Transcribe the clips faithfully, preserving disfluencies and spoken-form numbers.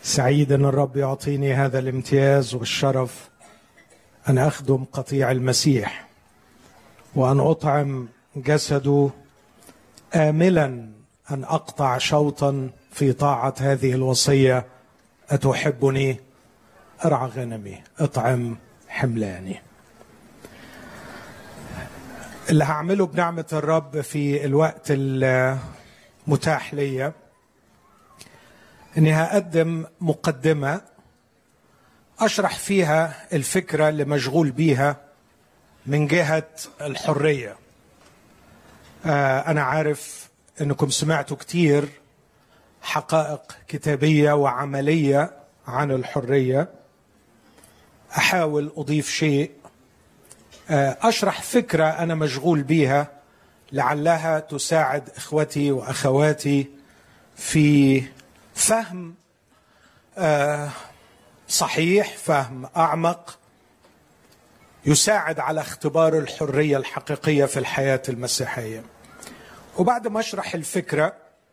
سعيد أن الرب يعطيني هذا الامتياز والشرف أن أخدم قطيع المسيح وأن أطعم جسده، آملا أن أقطع شوطا في طاعة هذه الوصية: أتحبني؟ أرعى غنمي، أطعم حملاني. اللي هعمله بنعمة الرب في الوقت المتاح لي أني هقدم مقدمة أشرح فيها الفكرة اللي مشغول بيها من جهة الحرية. آه أنا عارف أنكم سمعتوا كتير حقائق كتابية وعملية عن الحرية. أحاول أضيف شيء، آه أشرح فكرة أنا مشغول بيها لعلها تساعد إخوتي وأخواتي في فهم آه صحيح، فهم أعمق، يساعد على اختبار الحرية الحقيقية في الحياة المسيحية. وبعد ما أشرح الفكرة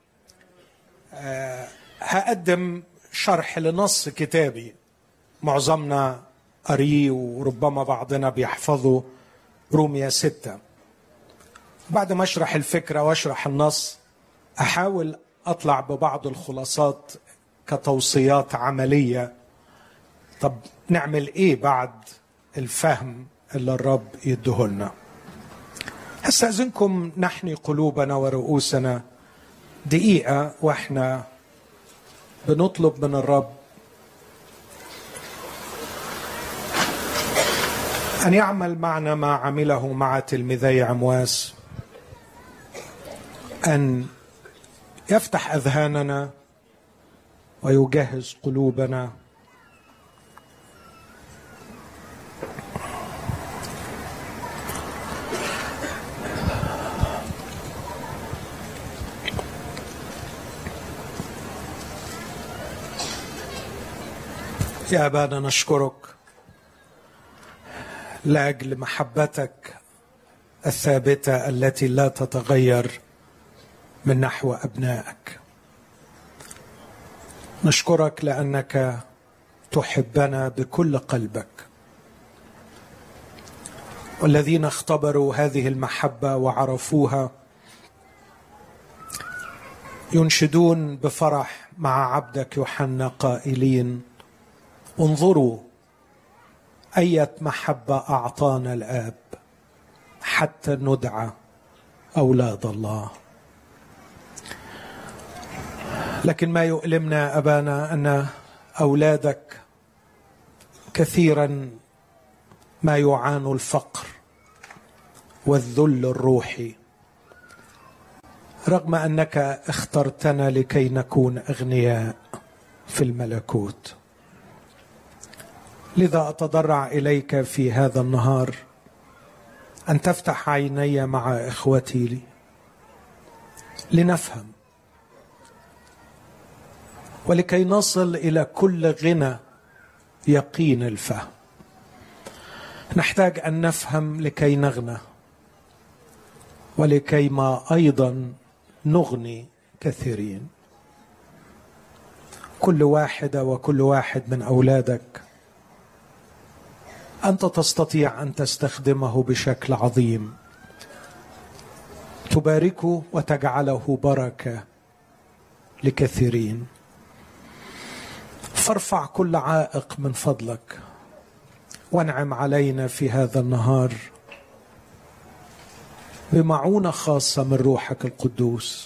أه هقدم شرح لنص كتابي معظمنا قريه وربما بعضنا بيحفظه، رومية ستة. بعد ما أشرح الفكرة وأشرح النص أحاول أطلع ببعض الخلاصات كتوصيات عملية. طب نعمل إيه بعد الفهم اللي الرب يدهلنا؟ هستأذنكم نحني قلوبنا ورؤوسنا دقيقة وإحنا بنطلب من الرب أن يعمل معنا ما عمله مع تلميذي عمواس، أن يفتح أذهاننا ويجهز قلوبنا يا أبانا. نشكرك لأجل محبتك الثابتة التي لا تتغير من نحو أبنائك. نشكرك لأنك تحبنا بكل قلبك، والذين اختبروا هذه المحبة وعرفوها ينشدون بفرح مع عبدك يوحنا قائلين: انظروا أية محبة أعطانا الآب حتى ندعى أولاد الله. لكن ما يؤلمنا أبانا أن أولادك كثيرا ما يعانوا الفقر والذل الروحي، رغم أنك اخترتنا لكي نكون أغنياء في الملكوت. لذا أتضرع إليك في هذا النهار أن تفتح عيني مع إخوتي لنفهم، ولكي نصل إلى كل غنى يقين الفهم. نحتاج أن نفهم لكي نغنى، ولكي ما أيضا نغني كثيرين. كل واحدة وكل واحد من أولادك أنت تستطيع أن تستخدمه بشكل عظيم، تباركه وتجعله بركة لكثيرين. فارفع كل عائق من فضلك، وانعم علينا في هذا النهار بمعونة خاصة من روحك القدوس،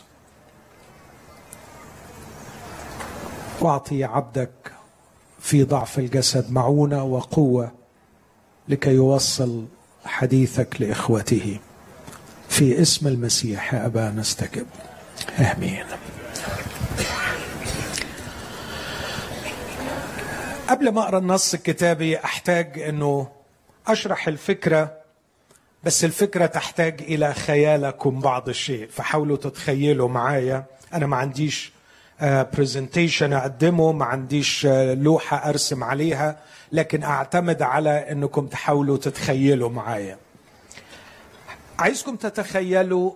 واعطي عبدك في ضعف الجسد معونة وقوة لكي يوصل حديثك لإخوته. في اسم المسيح يا أبا نستجب، آمين. قبل ما أقرأ النص الكتابي أحتاج أنه أشرح الفكرة، بس الفكرة تحتاج إلى خيالكم بعض الشيء، فحاولوا تتخيلوا معايا. أنا ما عنديش برزنتيشن أقدمه، ما عنديش لوحة أرسم عليها، لكن أعتمد على أنكم تحاولوا تتخيلوا معايا. عايزكم تتخيلوا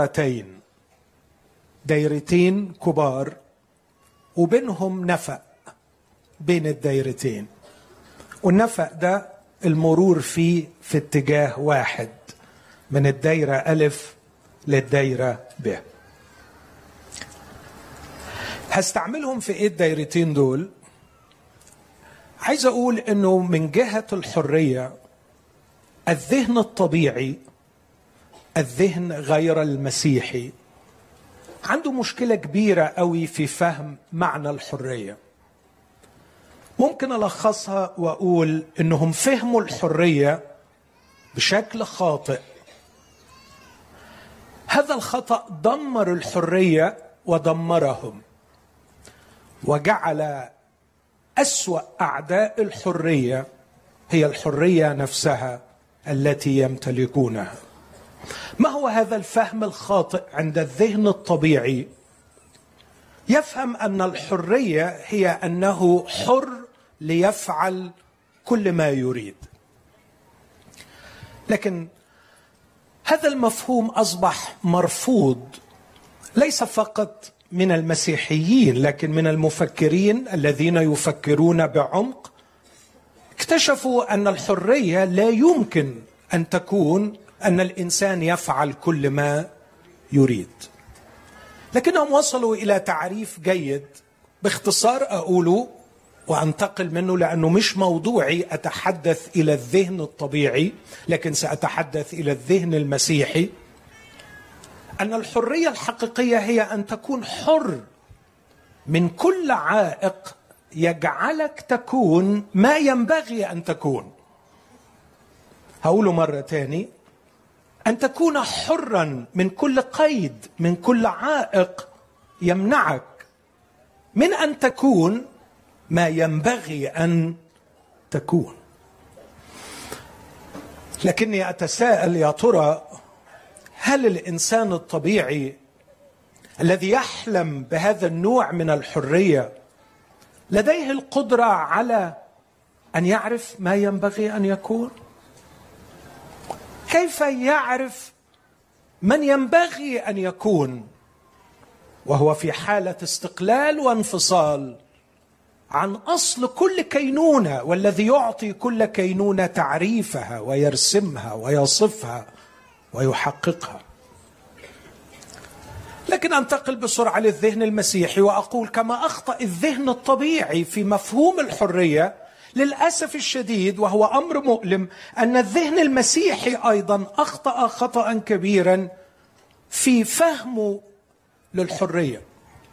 دائرتين دائرتين كبار وبينهم نفق. بين الدايرتين، والنفق ده المرور فيه في اتجاه واحد من الدايرة ألف للدايرة ب. هستعملهم في ايه الدايرتين دول؟ عايز اقول انه من جهة الحرية الذهن الطبيعي، الذهن غير المسيحي، عنده مشكلة كبيرة قوي في فهم معنى الحرية. ممكن ألخصها وأقول إنهم فهموا الحرية بشكل خاطئ. هذا الخطأ دمر الحرية ودمرهم، وجعل أسوأ أعداء الحرية هي الحرية نفسها التي يمتلكونها. ما هو هذا الفهم الخاطئ عند الذهن الطبيعي؟ يفهم أن الحرية هي أنه حر ليفعل كل ما يريد. لكن هذا المفهوم أصبح مرفوض ليس فقط من المسيحيين، لكن من المفكرين الذين يفكرون بعمق. اكتشفوا أن الحرية لا يمكن أن تكون أن الإنسان يفعل كل ما يريد، لكنهم وصلوا إلى تعريف جيد. باختصار أقوله وأنتقل منه لأنه مش موضوعي أتحدث إلى الذهن الطبيعي، لكن سأتحدث إلى الذهن المسيحي. أن الحرية الحقيقية هي أن تكون حر من كل عائق يجعلك تكون ما ينبغي أن تكون. هقوله مرة تاني، أن تكون حرا من كل قيد، من كل عائق يمنعك من أن تكون ما ينبغي أن تكون. لكني أتساءل، يا ترى هل الإنسان الطبيعي الذي يحلم بهذا النوع من الحرية لديه القدرة على أن يعرف ما ينبغي أن يكون؟ كيف يعرف من ينبغي أن يكون وهو في حالة استقلال وانفصال عن أصل كل كينونة، والذي يعطي كل كينونة تعريفها ويرسمها ويصفها ويحققها؟ لكن أنتقل بسرعة للذهن المسيحي وأقول كما أخطأ الذهن الطبيعي في مفهوم الحرية، للأسف الشديد وهو أمر مؤلم أن الذهن المسيحي أيضا أخطأ خطأ كبيرا في فهمه للحرية.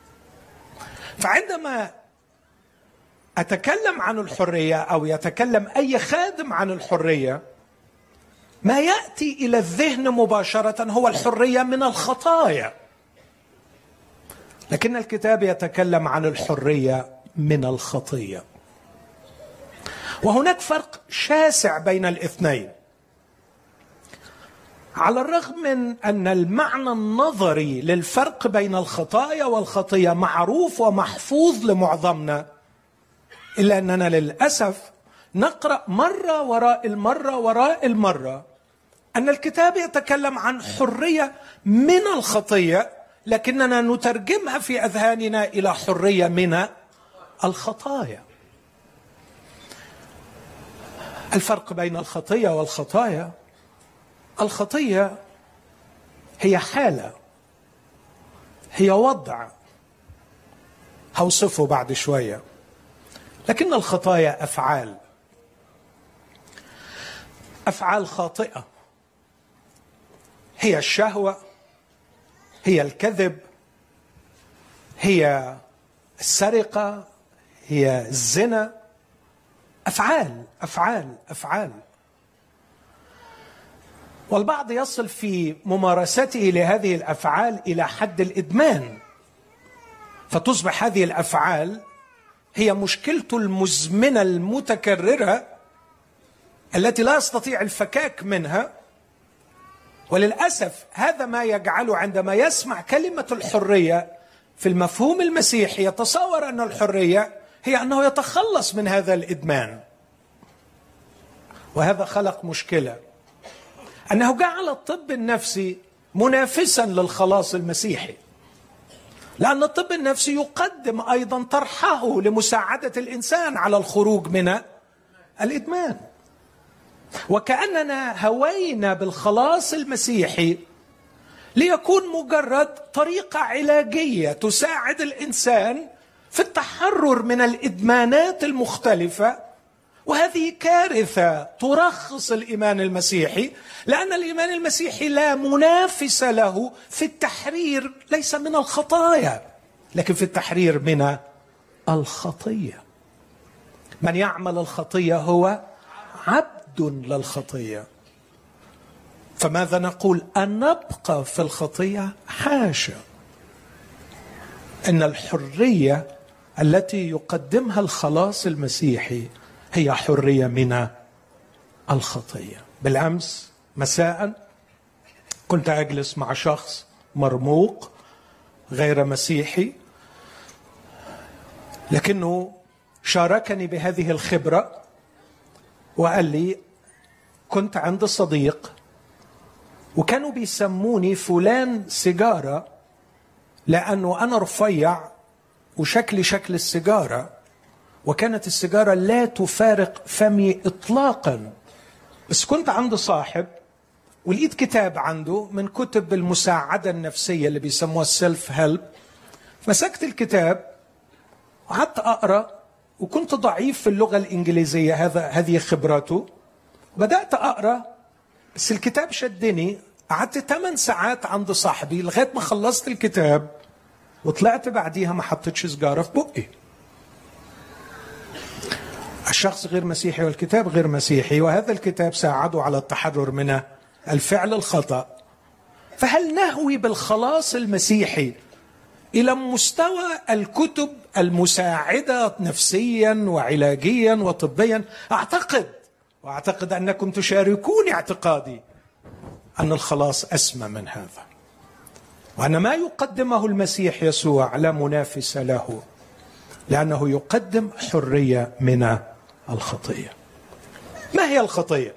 فعندما أتكلم عن الحرية أو يتكلم أي خادم عن الحرية، ما يأتي إلى الذهن مباشرة هو الحرية من الخطايا، لكن الكتاب يتكلم عن الحرية من الخطية. وهناك فرق شاسع بين الاثنين، على الرغم من أن المعنى النظري للفرق بين الخطايا والخطية معروف ومحفوظ لمعظمنا، إلا أننا للأسف نقرأ مرة وراء المرة وراء المرة أن الكتاب يتكلم عن حرية من الخطية، لكننا نترجمها في أذهاننا إلى حرية من الخطايا. الفرق بين الخطية والخطايا، الخطية هي حالة، هي وضع هوصفه بعد شوية، لكن الخطايا أفعال، أفعال خاطئة، هي الشهوة، هي الكذب، هي السرقة، هي الزنا، أفعال أفعال أفعال. والبعض يصل في ممارسته لهذه الأفعال إلى حد الإدمان، فتصبح هذه الأفعال هي مشكلته المزمنة المتكررة التي لا يستطيع الفكاك منها. وللأسف هذا ما يجعله عندما يسمع كلمة الحرية في المفهوم المسيحي يتصور أن الحرية هي أنه يتخلص من هذا الإدمان، وهذا خلق مشكلة، أنه جعل الطب النفسي منافسا للخلاص المسيحي. لأن الطب النفسي يقدم أيضا طرحه لمساعدة الإنسان على الخروج من الإدمان. وكأننا هوينا بالخلاص المسيحي ليكون مجرد طريقة علاجية تساعد الإنسان في التحرر من الإدمانات المختلفة، وهذه كارثة ترخص الإيمان المسيحي، لأن الإيمان المسيحي لا منافس له في التحرير، ليس من الخطايا لكن في التحرير من الخطية. من يعمل الخطية هو عبد للخطية. فماذا نقول؟ أن نبقى في الخطية؟ حاشا. إن الحرية التي يقدمها الخلاص المسيحي هي حرية من الخطية. بالأمس مساء كنت أجلس مع شخص مرموق غير مسيحي، لكنه شاركني بهذه الخبرة وقال لي كنت عند صديق وكانوا بيسموني فلان سيجارة لأنه أنا رفيع وشكلي شكل السيجارة، وكانت السيجارة لا تفارق فمي إطلاقا. بس كنت عند صاحب ولقيت كتاب عنده من كتب المساعدة النفسية اللي بيسموها السيلف هيلب، مسكت الكتاب وقعدت أقرأ، وكنت ضعيف في اللغة الإنجليزية، هذا هذه خبرته. بدأت أقرأ بس الكتاب شدني، قعدت ثمان ساعات عند صاحبي لغاية ما خلصت الكتاب، وطلعت بعديها ما حطيتش سجارة في بقي. الشخص غير مسيحي والكتاب غير مسيحي، وهذا الكتاب ساعده على التحرر من الفعل الخطأ. فهل نهوي بالخلاص المسيحي إلى مستوى الكتب المساعدة نفسيا وعلاجيا وطبيا؟ أعتقد وأعتقد أنكم تشاركون اعتقادي أن الخلاص أسمى من هذا، وأن ما يقدمه المسيح يسوع لا منافس له، لأنه يقدم حرية من الخطية. ما هي الخطية؟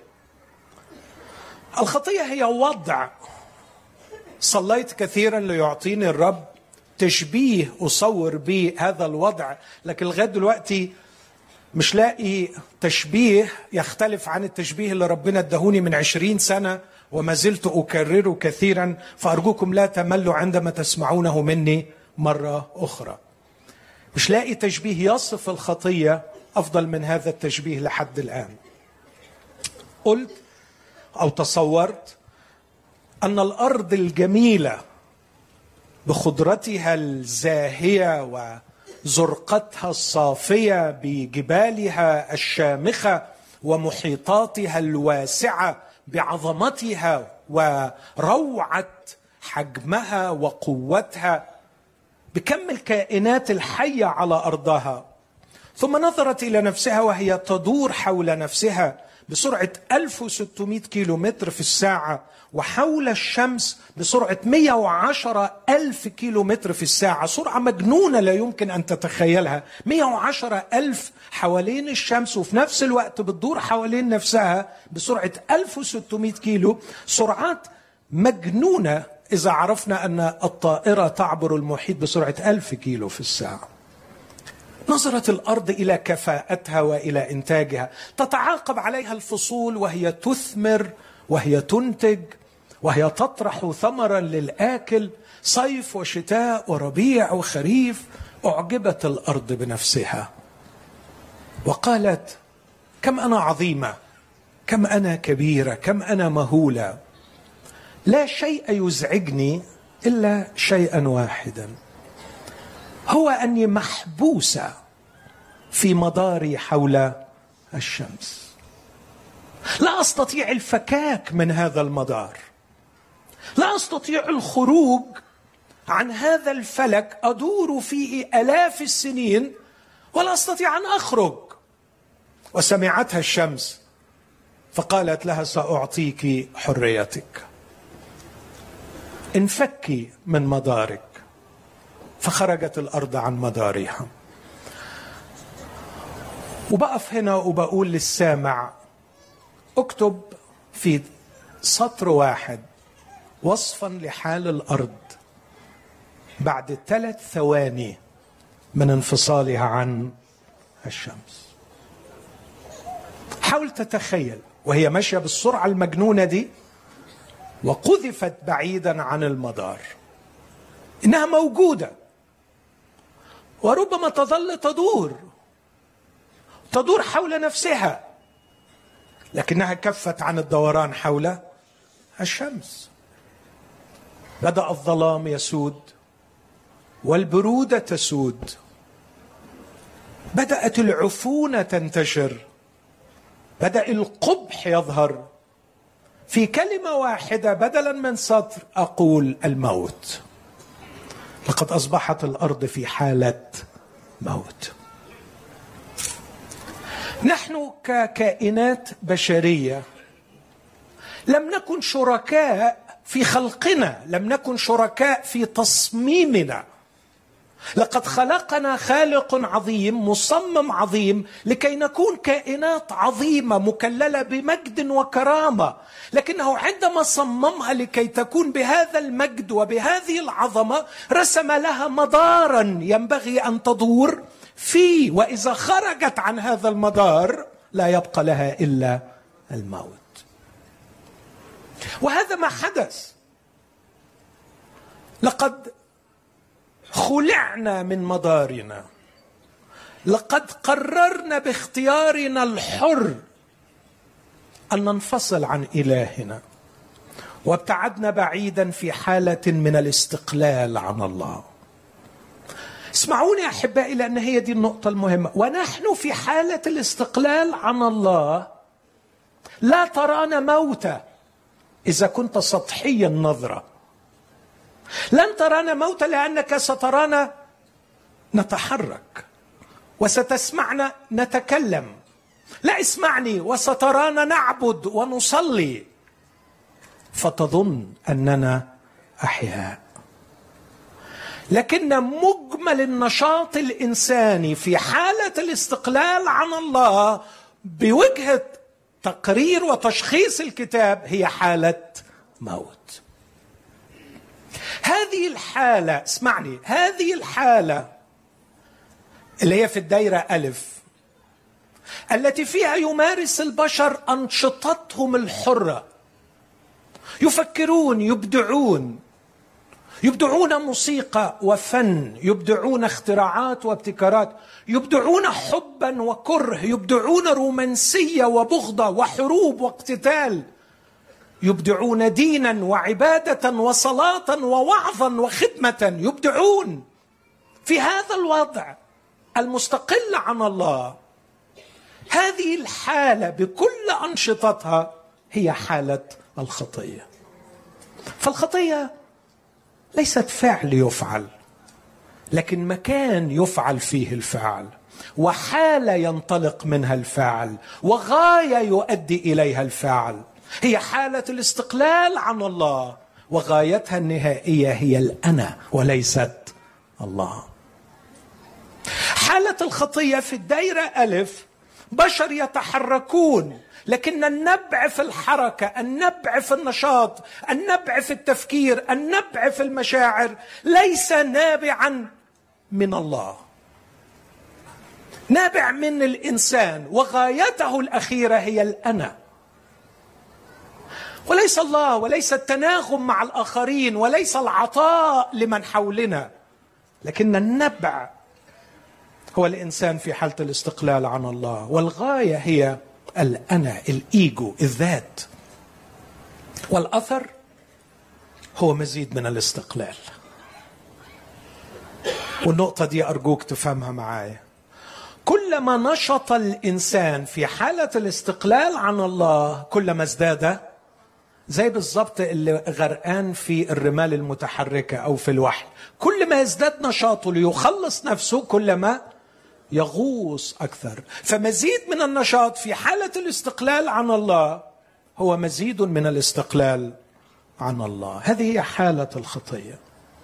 الخطية هي وضع. صليت كثيرا ليعطيني الرب تشبيه أصور به هذا الوضع، لكن لغاية دلوقتي مش لاقي تشبيه يختلف عن التشبيه اللي ربنا ادهوني من عشرين سنة وما زلت أكرره كثيرا، فأرجوكم لا تملوا عندما تسمعونه مني مرة أخرى. مش لاقي تشبيه يصف الخطية أفضل من هذا التشبيه لحد الآن. قلت أو تصورت أن الأرض الجميلة بخضرتها الزاهية وزرقتها الصافية بجبالها الشامخة ومحيطاتها الواسعة بعظمتها وروعة حجمها وقوتها، بكم الكائنات الحية على أرضها، ثم نظرت إلى نفسها وهي تدور حول نفسها بسرعة ألف وستمائة كيلو متر في الساعة، وحول الشمس بسرعة مئة وعشرة ألف كيلو متر في الساعة، سرعة مجنونة لا يمكن أن تتخيلها. مئة وعشرة ألف حوالين الشمس، وفي نفس الوقت بتدور حوالين نفسها بسرعة ألف وستمائة كيلو، سرعات مجنونة إذا عرفنا أن الطائرة تعبر المحيط بسرعة ألف كيلو في الساعة. نظرت الأرض إلى كفاءتها وإلى إنتاجها، تتعاقب عليها الفصول وهي تثمر وهي تنتج وهي تطرح ثمرا للآكل، صيف وشتاء وربيع وخريف. أعجبت الأرض بنفسها وقالت كم أنا عظيمة، كم أنا كبيرة، كم أنا مهولة. لا شيء يزعجني إلا شيئا واحدا، هو أني محبوسة في مداري حول الشمس، لا أستطيع الفكاك من هذا المدار، لا أستطيع الخروج عن هذا الفلك أدور فيه آلاف السنين ولا أستطيع أن أخرج. وسمعتها الشمس فقالت لها سأعطيك حريتك، انفكي من مدارك. فخرجت الأرض عن مدارها. وبقف هنا وبقول للسامع اكتب في سطر واحد وصفا لحال الأرض بعد ثلاث ثواني من انفصالها عن الشمس. حاول تتخيل وهي ماشية بالسرعة المجنونة دي وقذفت بعيدا عن المدار، إنها موجودة وربما تظل تدور تدور حول نفسها، لكنها كفت عن الدوران حول الشمس. بدأ الظلام يسود والبرودة تسود، بدأت العفونة تنتشر، بدأ القبح يظهر. في كلمة واحدة بدلا من سطر أقول الموت. لقد أصبحت الأرض في حالة موت. نحن ككائنات بشرية لم نكن شركاء في خلقنا، لم نكن شركاء في تصميمنا. لقد خلقنا خالق عظيم، مصمم عظيم، لكي نكون كائنات عظيمة مكللة بمجد وكرامة، لكنه عندما صممها لكي تكون بهذا المجد وبهذه العظمة رسم لها مدارا ينبغي أن تدور فيه، وإذا خرجت عن هذا المدار لا يبقى لها إلا الموت. وهذا ما حدث. لقد خلعنا من مدارنا، لقد قررنا باختيارنا الحر أن ننفصل عن إلهنا، وابتعدنا بعيدا في حالة من الاستقلال عن الله. اسمعوني أحبائي، لأن هي دي النقطة المهمة. ونحن في حالة الاستقلال عن الله لا ترانا موتى إذا كنت سطحي النظرة، لن ترانا موتى لأنك سترانا نتحرك وستسمعنا نتكلم. لا، اسمعني، وسترانا نعبد ونصلي فتظن أننا أحياء. لكن مجمل النشاط الإنساني في حالة الاستقلال عن الله بوجهة تقرير وتشخيص الكتاب هي حالة موت. هذه الحالة، اسمعني، هذه الحالة اللي هي في الدائرة ألف، التي فيها يمارس البشر أنشطتهم الحرة، يفكرون، يبدعون يبدعون موسيقى وفن، يبدعون اختراعات وابتكارات، يبدعون حبا وكره، يبدعون رومانسية وبغضة وحروب واقتتال، يبدعون دينا وعبادة وصلاة ووعظا وخدمة، يبدعون. في هذا الوضع المستقل عن الله، هذه الحالة بكل أنشطتها هي حالة الخطية. فالخطية ليست فعل يفعل، لكن مكان يفعل فيه الفعل، وحالة ينطلق منها الفعل، وغاية يؤدي إليها الفعل. هي حالة الاستقلال عن الله، وغايتها النهائية هي الأنا وليست الله. حالة الخطية في الدائرة ألف بشر يتحركون، لكن النبع في الحركة، النبع في النشاط، النبع في التفكير، النبع في المشاعر ليس نابعا من الله، نابع من الإنسان، وغايته الأخيرة هي الأنا، وليس الله، وليس التناغم مع الآخرين، وليس العطاء لمن حولنا، لكن النبع هو الإنسان في حالة الاستقلال عن الله، والغاية هي الأنا، الإيجو، الذات. والأثر هو مزيد من الاستقلال. والنقطة دي أرجوك تفهمها معايا. كلما نشط الإنسان في حالة الاستقلال عن الله كلما ازداد، زي بالضبط اللي غرقان في الرمال المتحركة أو في الوحل، كل ما يزداد نشاطه ليخلص نفسه كلما يغوص أكثر. فمزيد من النشاط في حالة الاستقلال عن الله هو مزيد من الاستقلال عن الله. هذه هي حالة الخطية.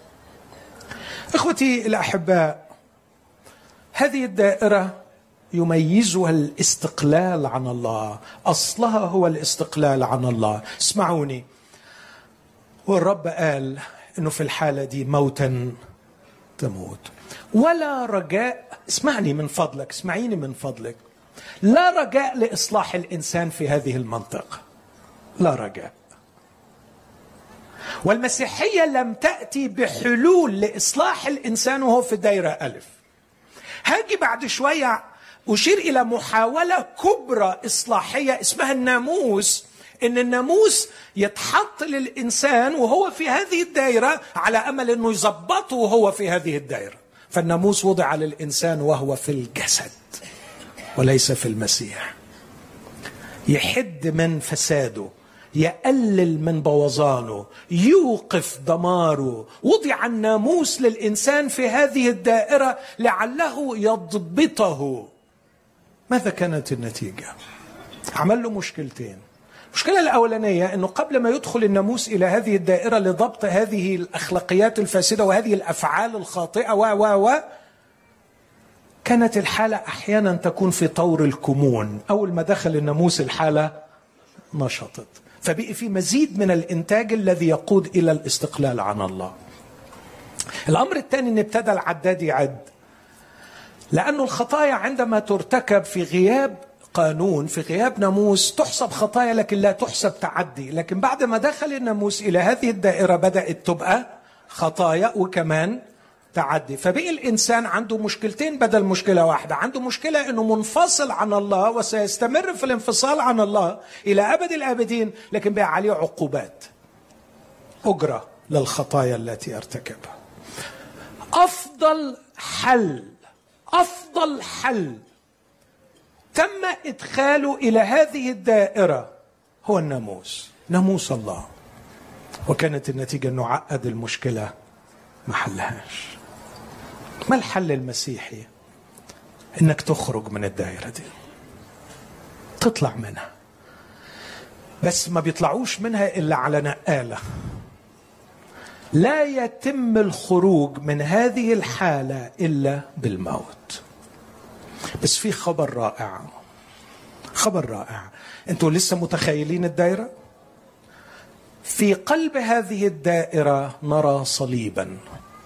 إخوتي الأحباء، هذه الدائرة يميزها الاستقلال عن الله، أصلها هو الاستقلال عن الله. اسمعوني، والرب قال إنه في الحالة دي موتا تموت. ولا رجاء، اسمعني من فضلك، اسمعيني من فضلك، لا رجاء لإصلاح الإنسان في هذه المنطقة، لا رجاء. والمسيحية لم تأتي بحلول لإصلاح الإنسان وهو في الدائرة ألف. هاجي بعد شوية أشير إلى محاولة كبرى إصلاحية اسمها الناموس، إن الناموس يتحط للإنسان وهو في هذه الدائرة على أمل أنه يضبطه وهو في هذه الدائرة. فالناموس وضع للإنسان وهو في الجسد وليس في المسيح، يحد من فساده، يقلل من بوظانه، يوقف دماره. وضع الناموس للإنسان في هذه الدائرة لعله يضبطه. ماذا كانت النتيجة؟ عمل له مشكلتين. المشكلة الأولانية أنه قبل ما يدخل الناموس إلى هذه الدائرة لضبط هذه الأخلاقيات الفاسدة وهذه الأفعال الخاطئة و و و كانت الحالة أحيانا تكون في طور الكمون. أول ما دخل الناموس الحالة نشطت، فبقي في مزيد من الإنتاج الذي يقود إلى الاستقلال عن الله. الأمر الثاني أن ابتدى العداد يعد، لأن الخطايا عندما ترتكب في غياب قانون، في غياب ناموس، تحسب خطايا لكن لا تحسب تعدي. لكن بعد ما دخل الناموس إلى هذه الدائرة بدأت تبقى خطايا وكمان تعدي. فبقي الإنسان عنده مشكلتين بدل مشكلة واحدة. عنده مشكلة أنه منفصل عن الله وسيستمر في الانفصال عن الله إلى أبد الآبدين، لكن بقى عليه عقوبات، أجرة للخطايا التي ارتكبها. أفضل حل أفضل حل تم إدخاله إلى هذه الدائرة هو الناموس، ناموس الله. وكانت النتيجة أنه عقد المشكلة ما حلهاش. ما الحل المسيحي؟ إنك تخرج من الدائرة دي، تطلع منها، بس ما بيطلعوش منها إلا على نقالة. لا يتم الخروج من هذه الحالة إلا بالموت. بس في خبر رائع، خبر رائع. أنتوا لسه متخيلين الدائرة؟ في قلب هذه الدائرة نرى صليبا.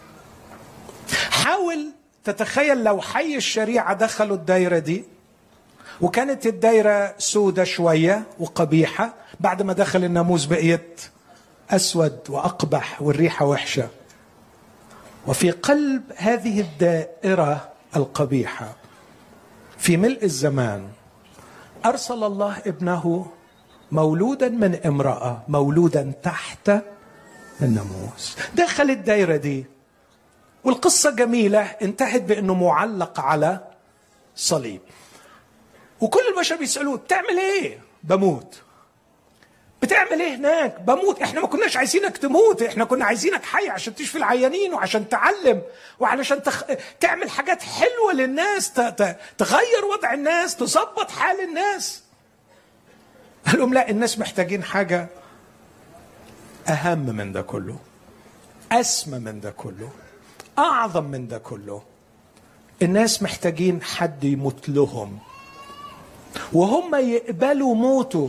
حاول تتخيل لو حي الشريعة دخلوا الدائرة دي وكانت الدائرة سودة شوية وقبيحة، بعد ما دخل الناموس بقيت أسود وأقبح والريحة وحشة. وفي قلب هذه الدائرة القبيحة في ملء الزمان أرسل الله ابنه مولودا من امرأة، مولودا تحت الناموس. دخل الدائرة دي والقصة جميلة، انتهت بأنه معلق على صليب. وكل البشر بيسألوه بتعمل ايه؟ بموت. بتعمل ايه هناك؟ بموت. احنا ما كناش عايزينك تموت، احنا كنا عايزينك حي عشان تشفي العيانين وعشان تعلم وعلشان تخ... تعمل حاجات حلوة للناس، ت... ت... تغير وضع الناس، تظبط حال الناس. قال لهم لا، الناس محتاجين حاجة أهم من ده كله، أسمى من ده كله، أعظم من ده كله. الناس محتاجين حد يموت لهم وهم يقبلوا موته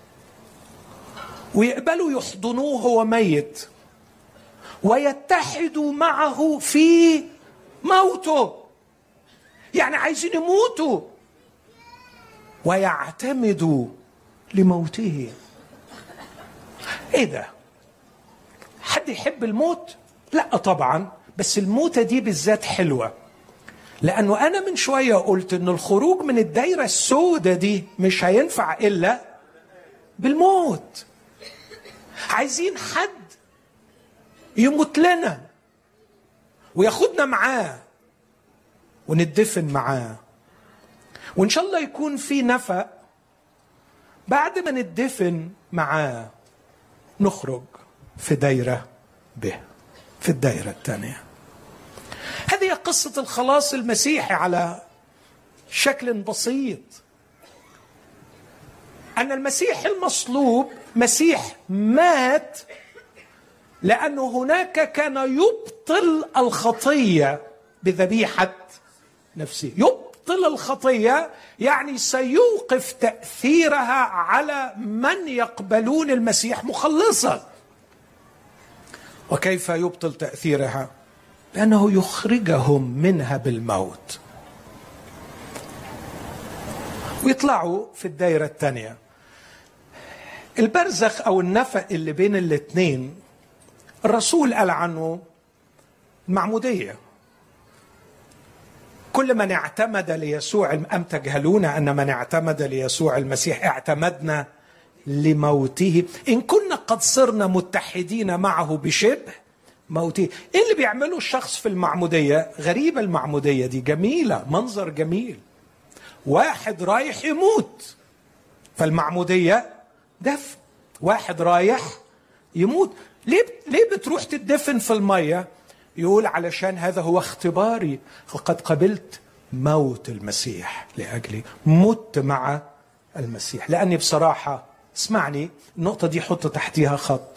ويقبلوا يحضنوه هو ميت ويتحدوا معه في موته. يعني عايزين يموتوا ويعتمدوا لموته. ايه ده؟ حد يحب الموت؟ لا طبعا، بس الموتة دي بالذات حلوة، لأنه أنا من شوية قلت أن الخروج من الدايرة السوداء دي مش هينفع إلا بالموت. عايزين حد يموت لنا وياخدنا معاه وندفن معاه، وإن شاء الله يكون في نفق. بعد ما ندفن معاه نخرج في دايرة به، في الدايرة الثانية. هذه قصة الخلاص المسيحي على شكل بسيط، أن المسيح المصلوب مسيح مات لأنه هناك كان يبطل الخطية بذبيحة نفسه. يبطل الخطية يعني سيوقف تأثيرها على من يقبلون المسيح مخلصا. وكيف يبطل تأثيرها؟ لأنه يخرجهم منها بالموت. ويطلعوا في الدائرة الثانية، البرزخ أو النفق اللي بين الاثنين. الرسول قال عنه المعمودية. كل من اعتمد ليسوع، أم تجهلون أن من اعتمد ليسوع المسيح اعتمدنا لموته إن كنا قد صرنا متحدين معه بشبه موته. إيه اللي بيعمله الشخص في المعمودية؟ غريبة المعمودية دي، جميلة، منظر جميل، واحد رايح يموت. فالمعمودية دفن، واحد رايح يموت. ليه ليه بتروح تدفن في المية؟ يقول علشان هذا هو اختباري، قد قبلت موت المسيح لأجلي، مت مع المسيح. لأني بصراحة، اسمعني النقطة دي حط تحتيها خط،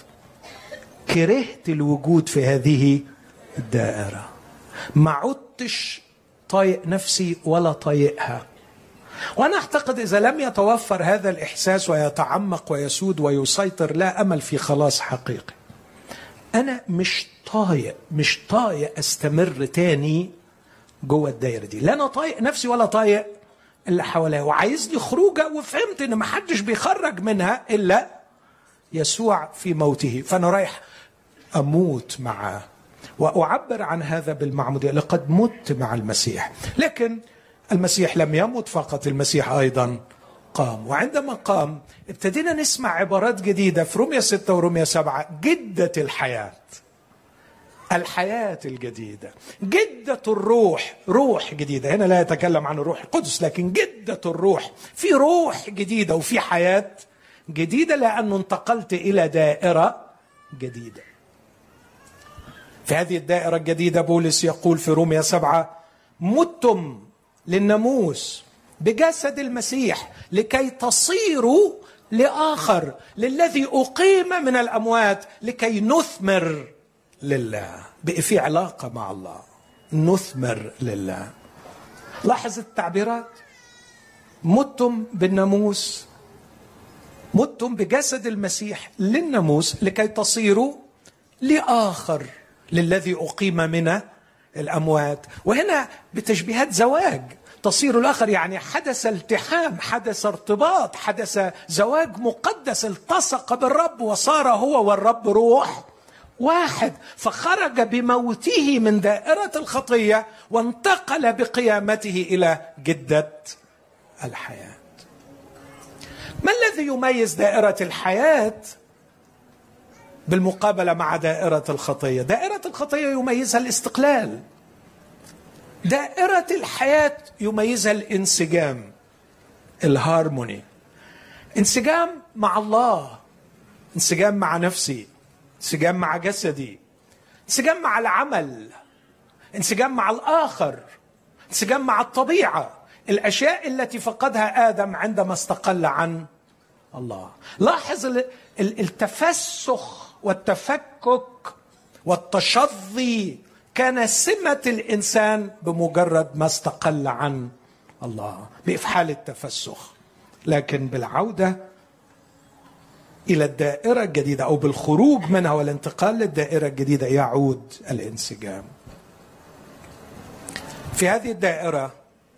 كرهت الوجود في هذه الدائرة، ما عدتش طايق نفسي ولا طايقها. وأنا أعتقد إذا لم يتوفر هذا الإحساس ويتعمق ويسود ويسيطر، لا أمل في خلاص حقيقي. أنا مش طايق مش طايق أستمر تاني جوه الدائرة دي، لا أنا طايق نفسي ولا طايق اللي حواليا، وعايز لي خروجة، وفهمت إن محدش بيخرج منها إلا يسوع في موته. فأنا رايح أموت معه، وأعبر عن هذا بالمعمودية، لقد مت مع المسيح. لكن المسيح لم يمت فقط، المسيح أيضا قام. وعندما قام ابتدينا نسمع عبارات جديدة في رومية ستة ورومية سبعة، جدة الحياة، الحياة الجديدة، جدة الروح، روح جديدة. هنا لا يتكلم عن الروح القدس، لكن جدة الروح، في روح جديدة وفي حياة جديدة، لأنه انتقلت إلى دائرة جديدة. في هذه الدائرة الجديدة بولس يقول في رومية سبعة: متم للناموس بجسد المسيح لكي تصيروا لآخر، للذي أقيم من الأموات، لكي نثمر لله. بقى في علاقة مع الله، نثمر لله. لاحظ التعبيرات، متم بالناموس، متم بجسد المسيح للناموس لكي تصيروا لآخر، للذي أقيم من الأموات. وهنا بتشبيهات زواج، تصير الآخر يعني حدث التحام، حدث ارتباط، حدث زواج مقدس، التصق بالرب وصار هو والرب روح واحد. فخرج بموته من دائرة الخطية وانتقل بقيامته إلى جدة الحياة. ما الذي يميز دائرة الحياة بالمقابلة مع دائرة الخطية؟ دائرة الخطية يميزها الاستقلال، دائرة الحياة يميزها الانسجام، الهارموني، انسجام مع الله، انسجام مع نفسي، انسجام مع جسدي، انسجام مع العمل، انسجام مع الآخر، انسجام مع الطبيعة، الأشياء التي فقدها آدم عندما استقل عن الله. لاحظ التفسخ والتفكك والتشظي كان سمة الإنسان بمجرد ما استقل عن الله، بإفحال التفسخ. لكن بالعودة إلى الدائرة الجديدة أو بالخروج منها والانتقال للدائرة الجديدة يعود الانسجام. في هذه الدائرة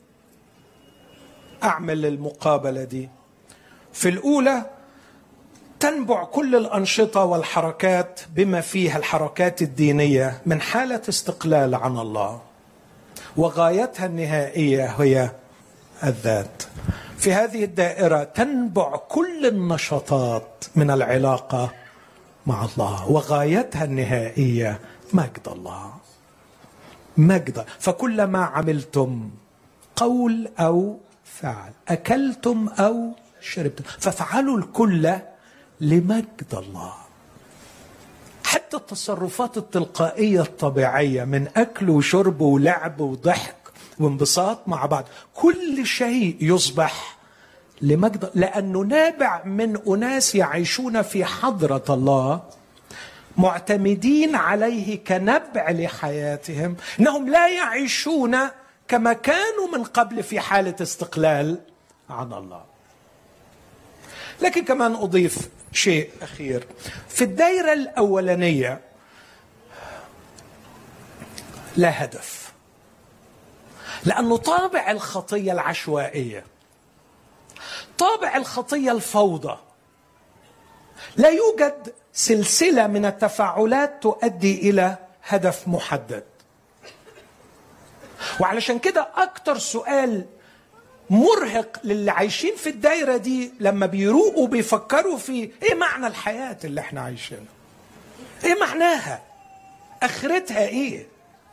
أعمل المقابلة دي. في الأولى تنبع كل الأنشطة والحركات بما فيها الحركات الدينية من حالة استقلال عن الله، وغايتها النهائية هي الذات. في هذه الدائرة تنبع كل النشاطات من العلاقة مع الله، وغايتها النهائية مجد الله، مجد. فكلما عملتم قول أو فعل، أكلتم أو شربتم، فافعلوا الكل لمجد الله. حتى التصرفات التلقائية الطبيعية من أكل وشرب ولعب وضحك وانبساط مع بعض، كل شيء يصبح لمجد، لأنه نابع من أناس يعيشون في حضرة الله، معتمدين عليه كنبع لحياتهم، إنهم لا يعيشون كما كانوا من قبل في حالة استقلال عن الله. لكن كمان أضيف شيء أخير. في الدائرة الأولانية لا هدف، لأنه طابع الخطية العشوائية، طابع الخطية الفوضى. لا يوجد سلسلة من التفاعلات تؤدي إلى هدف محدد. وعلشان كده أكتر سؤال مرهق للي عايشين في الدايرة دي لما بيروقوا بيفكروا في إيه معنى الحياة اللي احنا عايشينها، إيه معناها، آخرتها إيه.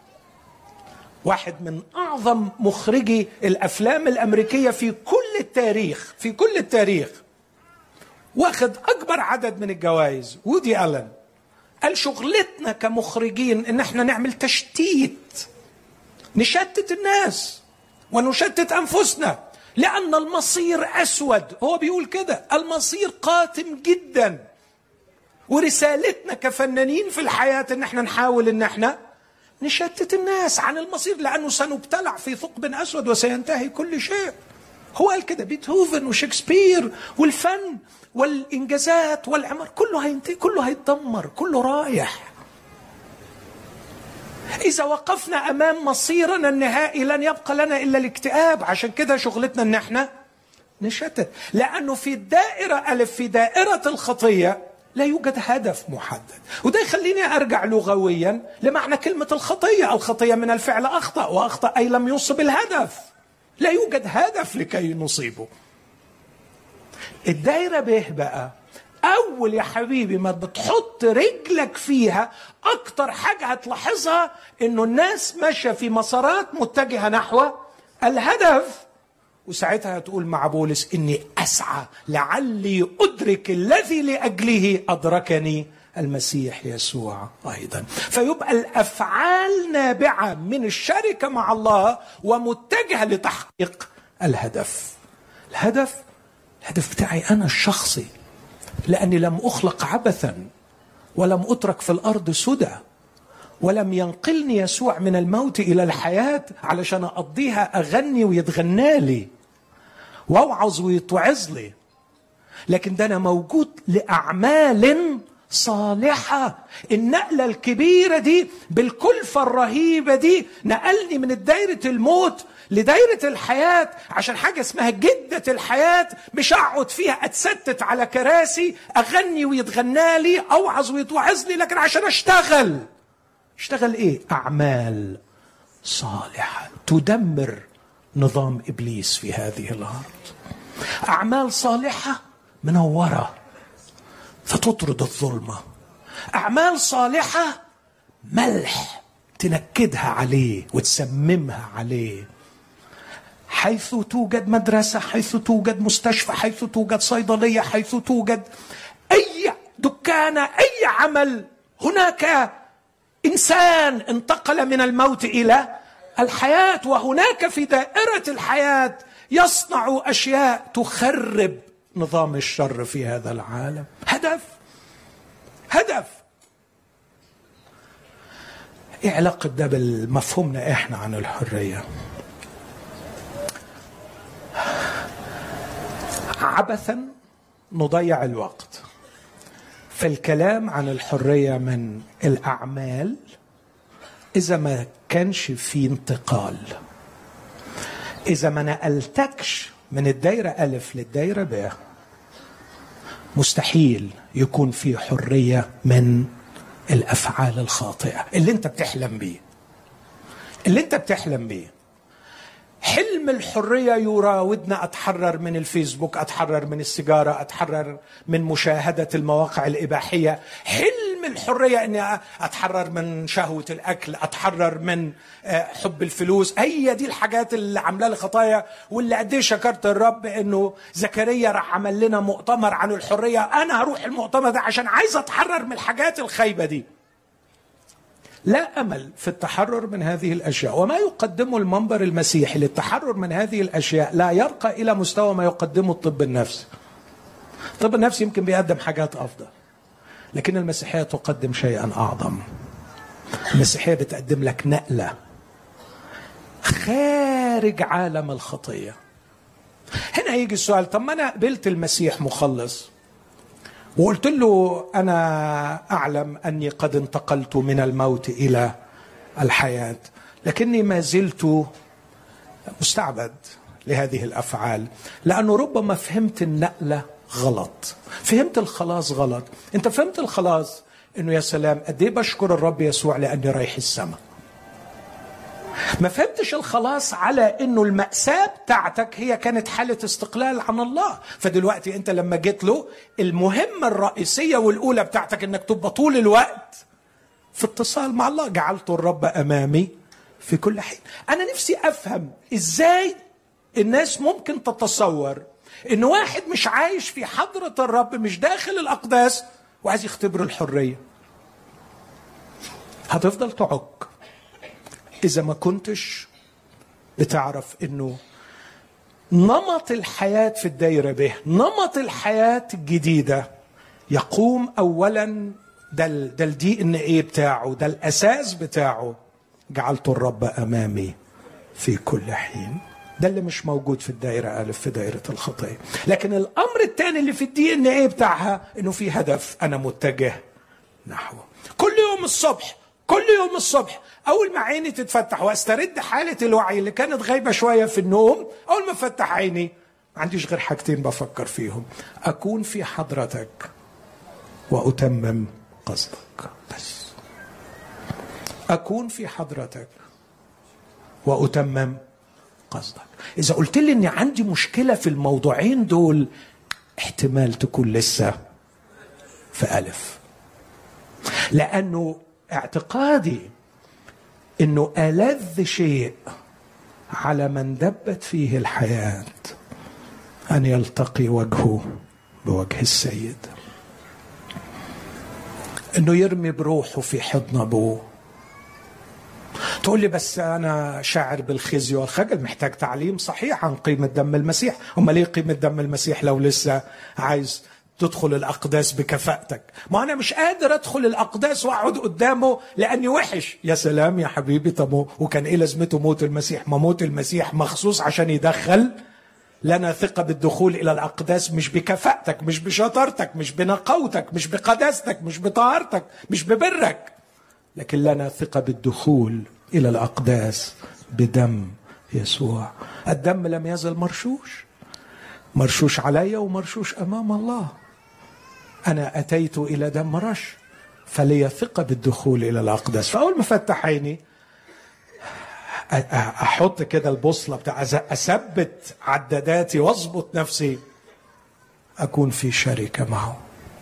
واحد من أعظم مخرجي الأفلام الأمريكية في كل التاريخ، في كل التاريخ، واخد أكبر عدد من الجوائز، وودي ألن، قال شغلتنا كمخرجين إن احنا نعمل تشتيت، نشتت الناس ونشتت أنفسنا، لأن المصير أسود. هو بيقول كده، المصير قاتم جدا، ورسالتنا كفنانين في الحياة إن احنا نحاول إن احنا نشتت الناس عن المصير، لأنه سنبتلع في ثقب أسود وسينتهي كل شيء. هو قال كده، بيتهوفن وشكسبير والفن والإنجازات والعمر كله هينتهي، كله هيتدمر، كله رايح. إذا وقفنا أمام مصيرنا النهائي لن يبقى لنا إلا الاكتئاب. عشان كده شغلتنا إن احنا نشتت، لأنه في الدائرة ألف، في دائرة الخطية لا يوجد هدف محدد. وده يخليني أرجع لغويا لمعنى كلمة الخطية. الخطية من الفعل أخطأ، وأخطأ أي لم يصب الهدف. لا يوجد هدف لكي نصيبه. الدائرة به بقى، أول يا حبيبي ما بتحط رجلك فيها أكتر حاجة هتلاحظها إنه الناس ماشية في مسارات متجهة نحو الهدف. وساعتها هتقول مع بولس إني أسعى لعلي أدرك الذي لأجله أدركني المسيح يسوع أيضا. فيبقى الأفعال نابعة من الشركة مع الله ومتجهة لتحقيق الهدف. الهدف الهدف بتاعي أنا الشخصي، لأني لم أخلق عبثا، ولم أترك في الأرض سدى، ولم ينقلني يسوع من الموت إلى الحياة علشان أقضيها أغني ويتغنى لي وأوعظ ويتوعظ لي، لكن ده أنا موجود لأعمال صالحة. النقلة الكبيرة دي بالكلفة الرهيبة دي نقلني من دائرة الموت لدائرة الحياة، عشان حاجة اسمها جدة الحياة مش أقعد فيها أتستت على كراسي أغني ويتغنى لي أوعظ ويتوعظ لي، لكن عشان أشتغل. اشتغل إيه؟ أعمال صالحة تدمر نظام إبليس في هذه الأرض. أعمال صالحة منورة فتطرد الظلمة. أعمال صالحة ملح تنكدها عليه وتسممها عليه. حيث توجد مدرسة، حيث توجد مستشفى، حيث توجد صيدلية، حيث توجد أي دكانة، أي عمل، هناك إنسان انتقل من الموت إلى الحياة، وهناك في دائرة الحياة يصنع أشياء تخرب نظام الشر في هذا العالم. هدف هدف إيه علاقة ده بالمفهومنا إحنا عن الحرية؟ عبثا نضيع الوقت في الكلام عن الحرية من الأعمال إذا ما كانش في انتقال، إذا ما نقلتكش من الدايرة ألف للدايرة ب، مستحيل يكون في حرية من الأفعال الخاطئة اللي انت بتحلم بيه اللي انت بتحلم بيه. حلم الحرية يراودنا، أتحرر من الفيسبوك، أتحرر من السيجارة، أتحرر من مشاهدة المواقع الإباحية. حلم الحرية أني أتحرر من شهوة الأكل، أتحرر من حب الفلوس. هي دي الحاجات اللي عاملة لي خطايا، واللي قديه شكرت الرب أنه زكريا راح عمل لنا مؤتمر عن الحرية. أنا هروح المؤتمر ده عشان عايز أتحرر من الحاجات الخايبة دي. لا أمل في التحرر من هذه الأشياء، وما يقدمه المنبر المسيحي للتحرر من هذه الأشياء لا يرقى إلى مستوى ما يقدمه الطب النفسي. الطب النفسي يمكن بيقدم حاجات أفضل، لكن المسيحية تقدم شيئا أعظم. المسيحية بتقدم لك نقلة خارج عالم الخطية. هنا يجي السؤال، طب ما أنا قبلت المسيح مخلص وقلت له أنا أعلم أني قد انتقلت من الموت إلى الحياة. لكني ما زلت مستعبد لهذه الأفعال، لأنه ربما فهمت النقلة غلط، فهمت الخلاص غلط. أنت فهمت الخلاص إنه يا سلام قد إيه بشكر الرب يسوع لأني رايح السماء. ما فهمتش الخلاص على إنه المأساة بتاعتك هي كانت حالة استقلال عن الله. فدلوقتي أنت لما جيت له المهمة الرئيسية والأولى بتاعتك إنك تبقى طول الوقت في اتصال مع الله. جعلت الرب أمامي في كل حين. أنا نفسي أفهم إزاي الناس ممكن تتصور إن واحد مش عايش في حضرة الرب، مش داخل الأقداس، وعايز يختبر الحرية. هتفضل تعك إذا ما كنتش بتعرف إنه نمط الحياة في الدايرة به، نمط الحياة الجديدة يقوم أولا ده ده الدي ان ايه بتاعه، ده الأساس بتاعه. جعلت الرب أمامي في كل حين. ده اللي مش موجود في الدائرة ألف، في دائرة الخطية. لكن الأمر الثاني اللي في الدي ان ايه بتاعها إنه في هدف أنا متجه نحوه. كل يوم الصبح، كل يوم الصبح أول ما عيني تتفتح وأسترد حالة الوعي اللي كانت غايبة شوية في النوم، أول ما فتح عيني ما عنديش غير حاجتين بفكر فيهم: أكون في حضرتك وأتمم قصدك. بس أكون في حضرتك وأتمم قصدك. إذا قلت لي أني عندي مشكلة في الموضوعين دول، احتمال تكون لسه في ألف، لأنه اعتقادي أنه ألذ شيء على من دبت فيه الحياة أن يلتقي وجهه بوجه السيد، أنه يرمي بروحه في حضن أبوه. تقول لي بس أنا شاعر بالخزي والخجل. محتاج تعليم صحيح عن قيمة دم المسيح. أما ليه قيمة دم المسيح لو لسه عايز تدخل الأقداس بكفاءتك؟ ما أنا مش قادر أدخل الأقداس وأقعد قدامه لأني وحش. يا سلام يا حبيبي، طب وكان إيه لازمته موت المسيح؟ ما موت المسيح مخصوص عشان يدخل لنا ثقة بالدخول إلى الأقداس، مش بكفاءتك، مش بشطارتك، مش بنقاوتك، مش بقداستك، مش بطهارتك، مش ببرك، لكن لنا ثقة بالدخول إلى الأقداس بدم يسوع. الدم لم يزل مرشوش، مرشوش علي ومرشوش أمام الله. أنا أتيت إلى دم رش، فلي ثقة بالدخول إلى الأقداس. فأول ما فتح عيني أحط كده البوصلة بتاع أثبت عداداتي واضبط نفسي، أكون في شركة معه.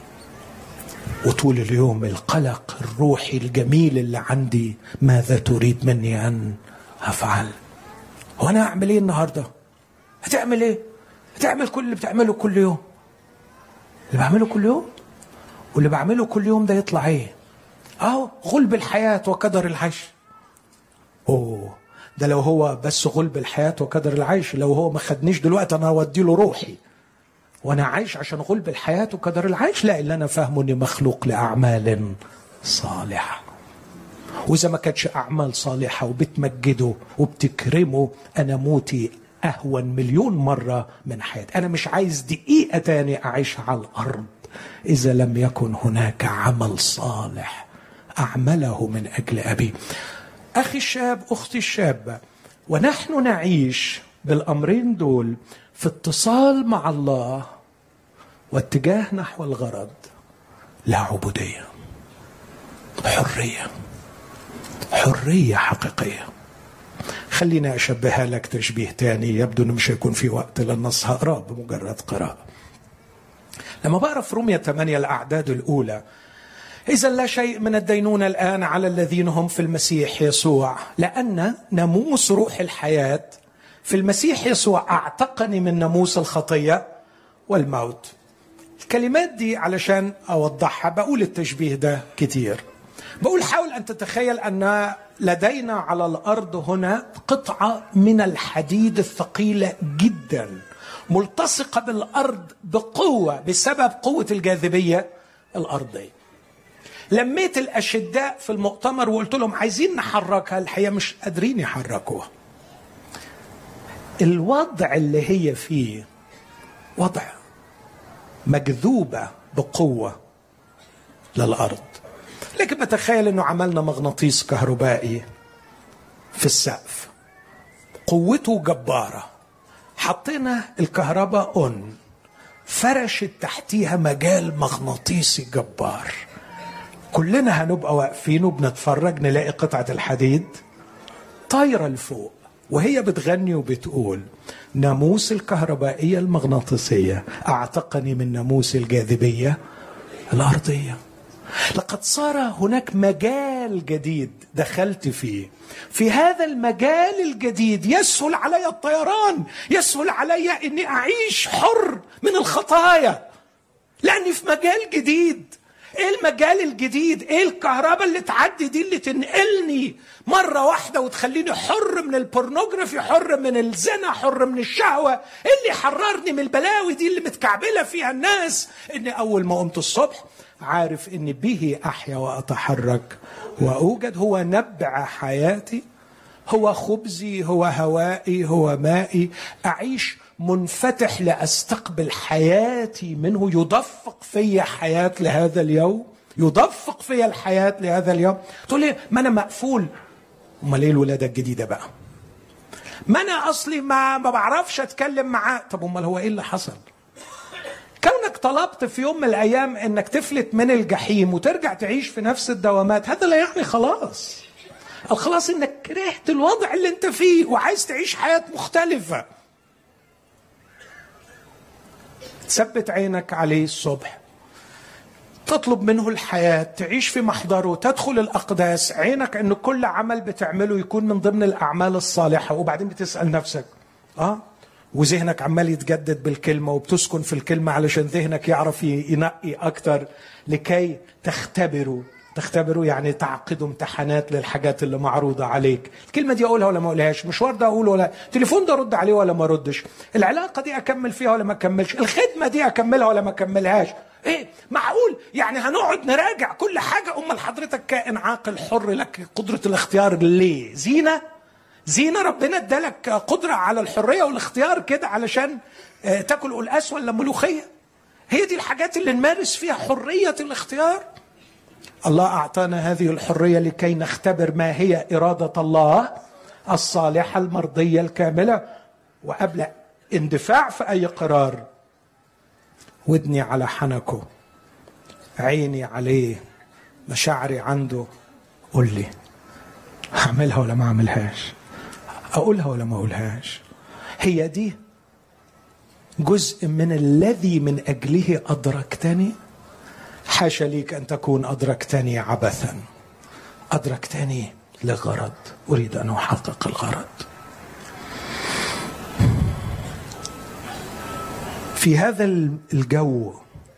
وطول اليوم القلق الروحي الجميل اللي عندي: ماذا تريد مني أن أفعل؟ وأنا أعمل إيه النهاردة؟ هتعمل إيه؟ هتعمل كل اللي بتعمله كل يوم. اللي بعمله كل يوم واللي بعمله كل يوم ده يطلع إيه؟ أهو غلب الحياة وقدر العيش. أوه، ده لو هو بس غلب الحياة وقدر العيش، لو هو ما خدنيش دلوقتي أنا أودي له روحي وأنا عايش عشان غلب الحياة وقدر العيش. لا، اللي أنا فاهمه أني مخلوق لأعمال صالحة. وإذا ما كانتش أعمال صالحة وبتمجده وبتكرمه، أنا موتي أهون مليون مرة من حياتي. أنا مش عايز دقيقة تاني أعيش على الأرض إذا لم يكن هناك عمل صالح أعمله من أجل أبي. أخي الشاب، أختي الشابة، ونحن نعيش بالأمرين دول في اتصال مع الله واتجاه نحو الغرض، لا عبودية، حرية، حرية حقيقية. خلينا أشبهها لك تشبيه تاني، يبدو أنه مش هيكون في وقت للنص، هقرأ بمجرد قراءة. لما بعرف رمية ثمانية الأعداد الأولى: إذا لا شيء من الدينونة الآن على الذين هم في المسيح يسوع، لأن ناموس روح الحياة في المسيح يسوع أعتقني من ناموس الخطية والموت. الكلمات دي علشان أوضحها بقول التشبيه ده كتير. بقول حاول أن تتخيل أن لدينا على الأرض هنا قطعة من الحديد الثقيلة جدا ملتصقة بالأرض بقوة بسبب قوة الجاذبية الأرضية. لميت الأشداء في المؤتمر وقلت لهم عايزين نحركها، الحقيقة مش قادرين يحركوها. الوضع اللي هي فيه وضع مجذوبة بقوة للأرض. لكن بتخيل أنه عملنا مغناطيس كهربائي في السقف، قوته جبارة. حطينا الكهرباء اون، فرشت تحتيها مجال مغناطيسي جبار. كلنا هنبقى واقفين وبنتفرج، نلاقي قطعة الحديد طايرة لفوق وهي بتغني وبتقول: ناموس الكهربائية المغناطيسية أعتقني من ناموس الجاذبية الأرضية. لقد صار هناك مجال جديد دخلت فيه. في هذا المجال الجديد يسهل علي الطيران، يسهل علي أني أعيش حر من الخطايا، لأني في مجال جديد. ايه المجال الجديد؟ ايه الكهرباء اللي تعدي دي اللي تنقلني مرة واحدة وتخليني حر من البورنوغرافي، حر من الزنا، حر من الشهوة؟ ايه اللي حررني من البلاوي دي اللي متكعبلة فيها الناس؟ اني اول ما قمت الصبح عارف اني به احيا واتحرك واوجد. هو نبع حياتي، هو خبزي، هو هوائي، هو مائي. اعيش منفتح لاستقبل حياتي منه. يدفق في حياة لهذا اليوم، يدفق في الحياة لهذا اليوم. تقول لي ما انا مقفول. امال ايه الولادة الجديدة بقى؟ ما انا اصلي ما ما بعرفش اتكلم معاه. طب امال هو ايه اللي حصل؟ كونك طلبت في يوم من الايام انك تفلت من الجحيم وترجع تعيش في نفس الدوامات، هذا لا يعني خلاص. الخلاص انك كرهت الوضع اللي انت فيه وعايز تعيش حياة مختلفة. تثبت عينك عليه الصبح، تطلب منه الحياة، تعيش في محضره، تدخل الأقداس، عينك أن كل عمل بتعمله يكون من ضمن الأعمال الصالحة. وبعدين بتسأل نفسك آه وذهنك عمال يتجدد بالكلمة، وبتسكن في الكلمة علشان ذهنك يعرف ينقي أكتر لكي تختبروا. تختبروا يعني تعقدوا امتحانات للحاجات اللي معروضة عليك. الكلمة دي أقولها ولا ما أقولهاش؟ مشوار ده أقوله ولا تليفون ده أرد عليه ولا ما أردش؟ العلاقة دي أكمل فيها ولا ما أكملش؟ الخدمة دي أكملها ولا ما أكملهاش؟ إيه معقول يعني هنقعد نراجع كل حاجة؟ أمال حضرتك كائن عاقل حر لك قدرة الاختيار ليه؟ زينة؟ زينة ربنا ادالك قدرة على الحرية والاختيار كده علشان تاكل قلقاس ولا ملوخية؟ هي دي الحاجات اللي نمارس فيها حرية الاختيار؟ الله أعطانا هذه الحرية لكي نختبر ما هي إرادة الله الصالحة المرضية الكاملة. وقبل اندفاع في أي قرار، ودني على حنكه، عيني عليه، مشاعري عنده. قل لي هعملها ولا ما أعملهاش؟ أقولها ولا ما أقولهاش؟ هي دي جزء من الذي من أجله أدركتني. حاشا ليك أن تكون أدركتني عبثا، أدركتني لغرض، أريد أن أحقق الغرض. في هذا الجو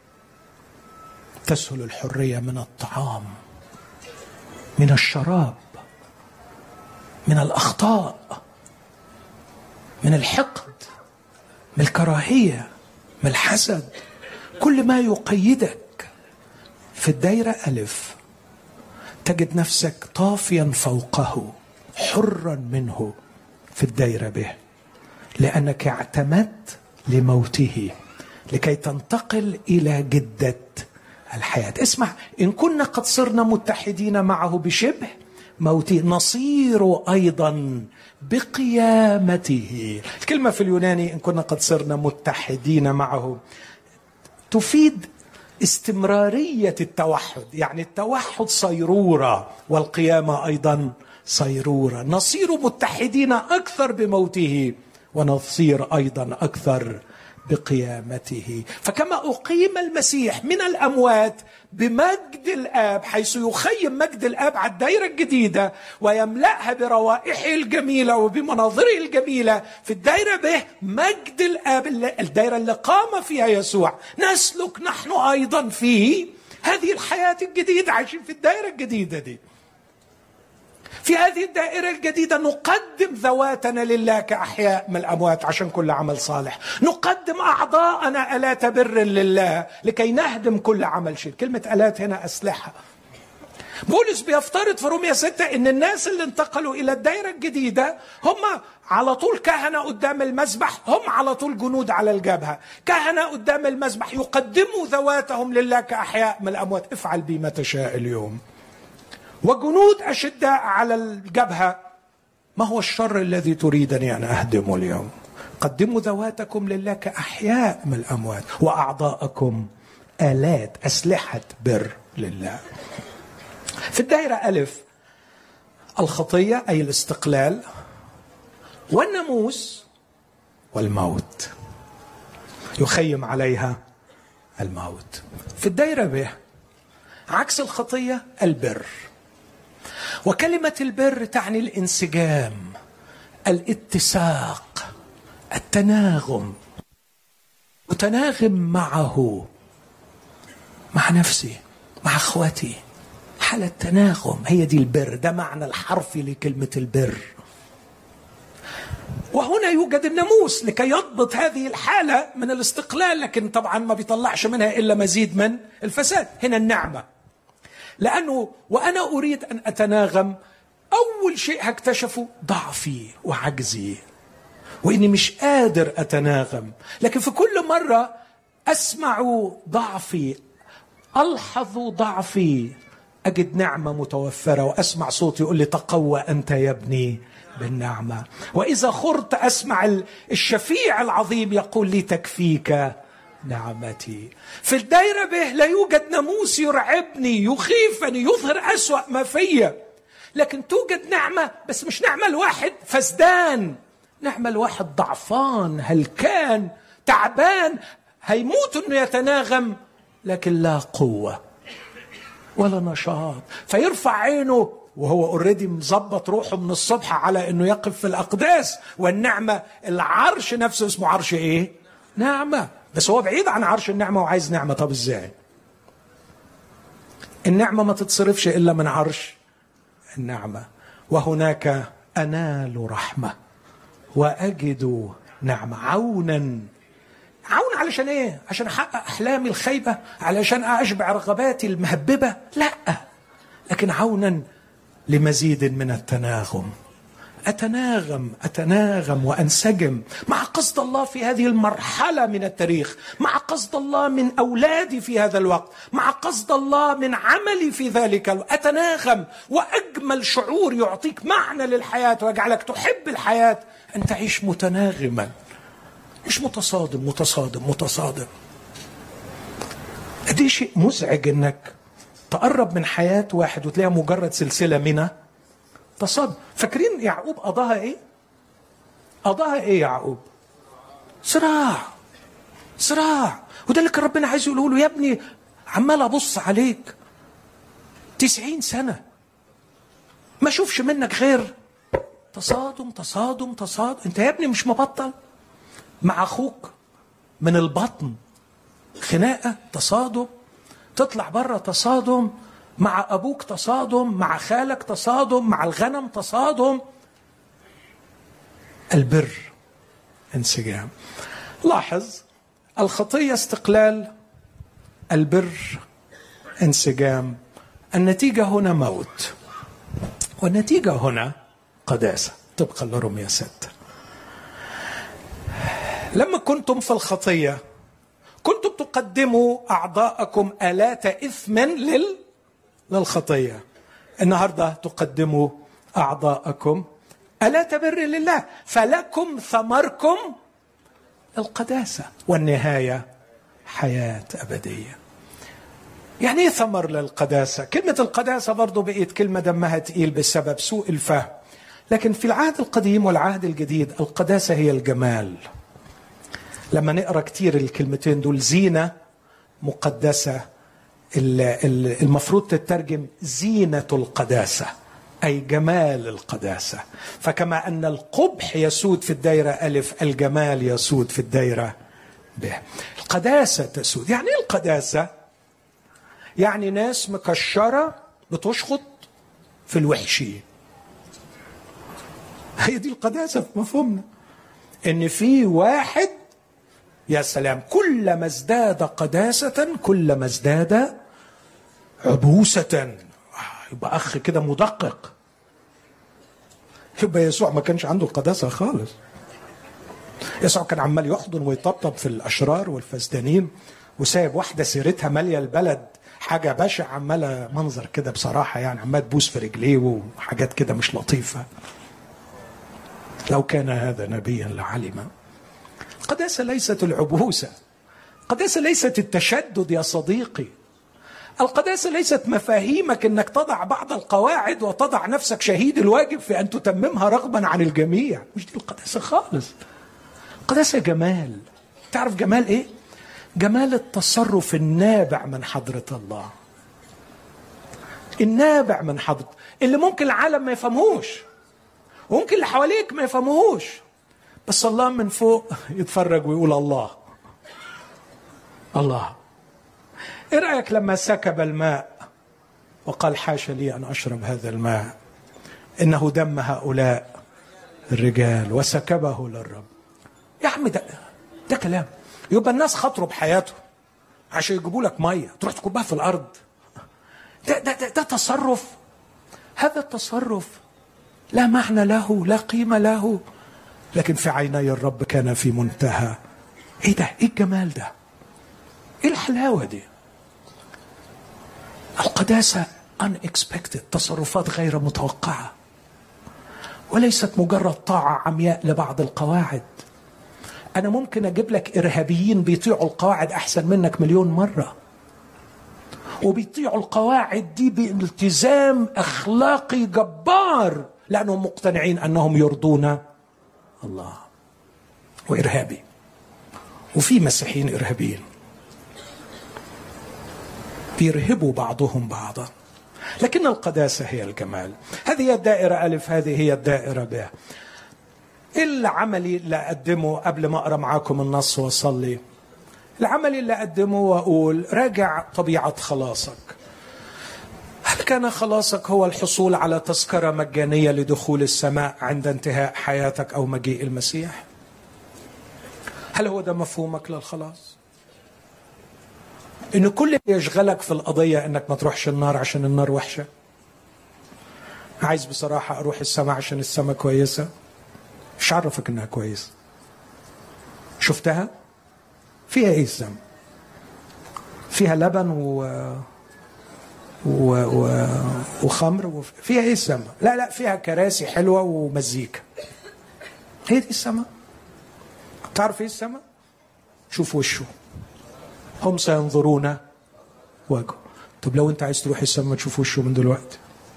تسهل الحرية من الطعام، من الشراب، من الأخطاء، من الحقد، من الكراهية، من الحسد. كل ما يقيدك في الدائرة ألف تجد نفسك طافيا فوقه، حرا منه في الدائرة به، لأنك اعتمدت لموته لكي تنتقل إلى جدة الحياة. اسمع، إن كنا قد صرنا متحدين معه بشبه موته نصير أيضا بقيامته. الكلمة في اليوناني إن كنا قد صرنا متحدين معه تفيد استمرارية التوحد، يعني التوحد صيرورة والقيامة أيضا صيرورة. نصير متحدين أكثر بموته ونصير أيضا أكثر بقيامته. فكما أقيم المسيح من الأموات بمجد الآب، حيث يخيم مجد الآب على الدائرة الجديدة ويملأها بروائحه الجميلة وبمناظره الجميلة، في الدائرة به مجد الآب، الدائرة اللي قام فيها يسوع، نسلك نحن أيضا في هذه الحياة الجديدة، عايشين في الدائرة الجديدة دي. في هذه الدائرة الجديدة نقدم ذواتنا لله كأحياء من الأموات عشان كل عمل صالح. نقدم أعضاءنا آلات بر لله لكي نهدم كل عمل شر. كلمة آلات هنا أسلحة. بولس بيفترض في رومية ستة إن الناس اللي انتقلوا إلى الدائرة الجديدة هم على طول كهنة قدام المذبح، هم على طول جنود على الجبهة. كهنة قدام المذبح يقدموا ذواتهم لله كأحياء من الأموات. افعل بما تشاء اليوم. وجنود أشداء على الجبهة ما هو الشر الذي تريدني أن أهدمه اليوم؟ قدموا ذواتكم لله كأحياء من الأموات وأعضاءكم آلات أسلحة بر لله. في الدائرة ألف الخطية أي الاستقلال، والناموس والموت يخيم عليها الموت. في الدائرة ب عكس الخطية البر، وكلمة البر تعني الانسجام، الاتساق، التناغم، وتناغم معه، مع نفسي، مع اخواتي، حالة تناغم. هي دي البر، ده معنى الحرفي لكلمة البر. وهنا يوجد الناموس لكي يضبط هذه الحالة من الاستقلال، لكن طبعا ما بيطلعش منها إلا مزيد من الفساد. هنا النعمة، لأنه وأنا أريد أن أتناغم أول شيء هكتشفه ضعفي وعجزي، وإني مش قادر أتناغم. لكن في كل مرة أسمع ضعفي، ألحظ ضعفي، أجد نعمة متوفرة، وأسمع صوت يقول لي تقوى أنت يا ابني بالنعمة. وإذا خرت أسمع الشفيع العظيم يقول لي تكفيك نعمتي. في الدائرة به لا يوجد ناموس يرعبني يخيفني يظهر أسوأ ما فيا، لكن توجد نعمة، بس مش نعمة الواحد فسدان، نعمة الواحد ضعفان هلكان تعبان هيموت انه يتناغم، لكن لا قوة ولا نشاط، فيرفع عينه وهو اوريدي مظبط روحه من الصبح على انه يقف في الاقداس. والنعمة العرش نفسه اسمه عرش ايه؟ نعمة، بس هو بعيد عن عرش النعمة وعايز نعمة. طب ازاي؟ النعمة ما تتصرفش الا من عرش النعمة. وهناك انال رحمة واجد نعمة، عونا. عون علشان ايه؟ عشان احقق احلامي الخيبة، علشان اشبع رغباتي المهببة؟ لا، لكن عونا لمزيد من التناغم. أتناغم أتناغم وأنسجم مع قصد الله في هذه المرحلة من التاريخ، مع قصد الله من أولادي في هذا الوقت، مع قصد الله من عملي في ذلك الوقت. أتناغم، وأجمل شعور يعطيك معنى للحياة ويجعلك تحب الحياة أن تعيش متناغما، مش متصادم متصادم متصادم. دي شيء مزعج أنك تقرب من حياة واحد وتلاقيها مجرد سلسلة من تصادم. فاكرين يعقوب قضاها ايه؟ قضاها ايه يعقوب؟ صراع صراع. وده اللي كان ربنا عايز يقوله له، يا ابني عمال ابص عليك تسعين سنة ما اشوفش منك غير تصادم تصادم تصادم. انت يا ابني مش مبطل مع اخوك من البطن خناقة تصادم، تطلع بره تصادم، مع أبوك تصادم، مع خالك تصادم، مع الغنم تصادم. البر انسجام. لاحظ، الخطية استقلال، البر انسجام. النتيجة هنا موت، والنتيجة هنا قداسة طبقا لرمية ستة. لما كنتم في الخطية كنتم تقدموا أعضاءكم آلات إثم لل للخطية. النهاردة تقدموا أعضاءكم آلات بر لله، فلكم ثمركم القداسة، والنهاية حياة أبدية. يعني ايه ثمر للقداسة؟ كلمة القداسة برضو بقيت كلمة دمها تقيل بسبب سوء الفهم، لكن في العهد القديم والعهد الجديد القداسة هي الجمال. لما نقرأ كتير الكلمتين دول، زينة مقدسة، المفروض تترجم زينة القداسة، أي جمال القداسة. فكما أن القبح يسود في الدائرة ألف، الجمال يسود في الدائرة ب. القداسة تسود. يعني إيه القداسة؟ يعني ناس مكشرة بتشخط في الوحشين. هي دي القداسة في مفهومنا، إن في واحد يا سلام كلما ازداد قداسة كلما ازداد عبوسة. يبقى أخ كده مدقق. يبقى يسوع ما كانش عنده القداسة خالص. يسوع كان عمال يحضن ويطبطب في الأشرار والفسدانين، وسايب واحدة سيرتها مالية البلد، حاجة بشع، عمالة منظر كده بصراحة، يعني عمال تبوس في رجليه وحاجات كده مش لطيفة. لو كان هذا نبيا لعلم. القداسة ليست العبوسة، القداسة ليست التشدد يا صديقي، القداسة ليست مفاهيمك انك تضع بعض القواعد وتضع نفسك شهيد الواجب في ان تتممها رغبا عن الجميع. مش دي القداسة خالص. القداسة جمال. تعرف جمال ايه؟ جمال التصرف النابع من حضرة الله، النابع من حضرة، اللي ممكن العالم ما يفهموش وممكن اللي حواليك ما يفهموهوش، بس الله من فوق يتفرج ويقول الله الله. ايه رأيك لما سكب الماء وقال حاشا لي ان اشرب هذا الماء، انه دم هؤلاء الرجال وسكبه للرب. يا عم ده ده كلام. يبقى الناس خطروا بحياته عشان يجيبوا لك ميه تروح تكبها في الارض. ده, ده, ده, ده تصرف. هذا التصرف لا معنى له، لا قيمة له، لكن في عيني الرب كان في منتهى. ايه ده؟ ايه الجمال ده؟ ايه الحلاوة دي؟ القداسة unexpected، تصرفات غير متوقعة، وليست مجرد طاعة عمياء لبعض القواعد. أنا ممكن أجيب لك إرهابيين بيطيعوا القواعد أحسن منك مليون مرة، وبيطيعوا القواعد دي بالتزام أخلاقي جبار لأنهم مقتنعين أنهم يرضون الله. وإرهابي، وفي مسيحيين إرهابيين بيرهبوا بعضهم بعضا. لكن القداسة هي الجمال. هذه هي الدائرة ألف، هذه هي الدائرة ب. العملي اللي أقدمه قبل ما أقرأ معاكم النص وأصلي، العملي اللي أقدمه وأقول راجع طبيعة خلاصك. هل كان خلاصك هو الحصول على تذكرة مجانية لدخول السماء عند انتهاء حياتك أو مجيء المسيح؟ هل هو ده مفهومك للخلاص؟ إن كل اللي يشغلك في القضية إنك ما تروحش النار عشان النار وحشة؟ عايز بصراحة أروح السماء عشان السماء كويسة؟ مش عرفك إنها كويسة؟ شفتها؟ فيها إيه السماء؟ فيها لبن و... و... و... وخمر وف... فيها إيه السماء؟ لا لا، فيها كراسي حلوة ومزيكا. هي دي السماء؟ تعرف إيه السماء؟ شوف وشه، هم سينظرون وجهه. طب لو انت عايز تروح السماء تشوف وشه من دلوقتي،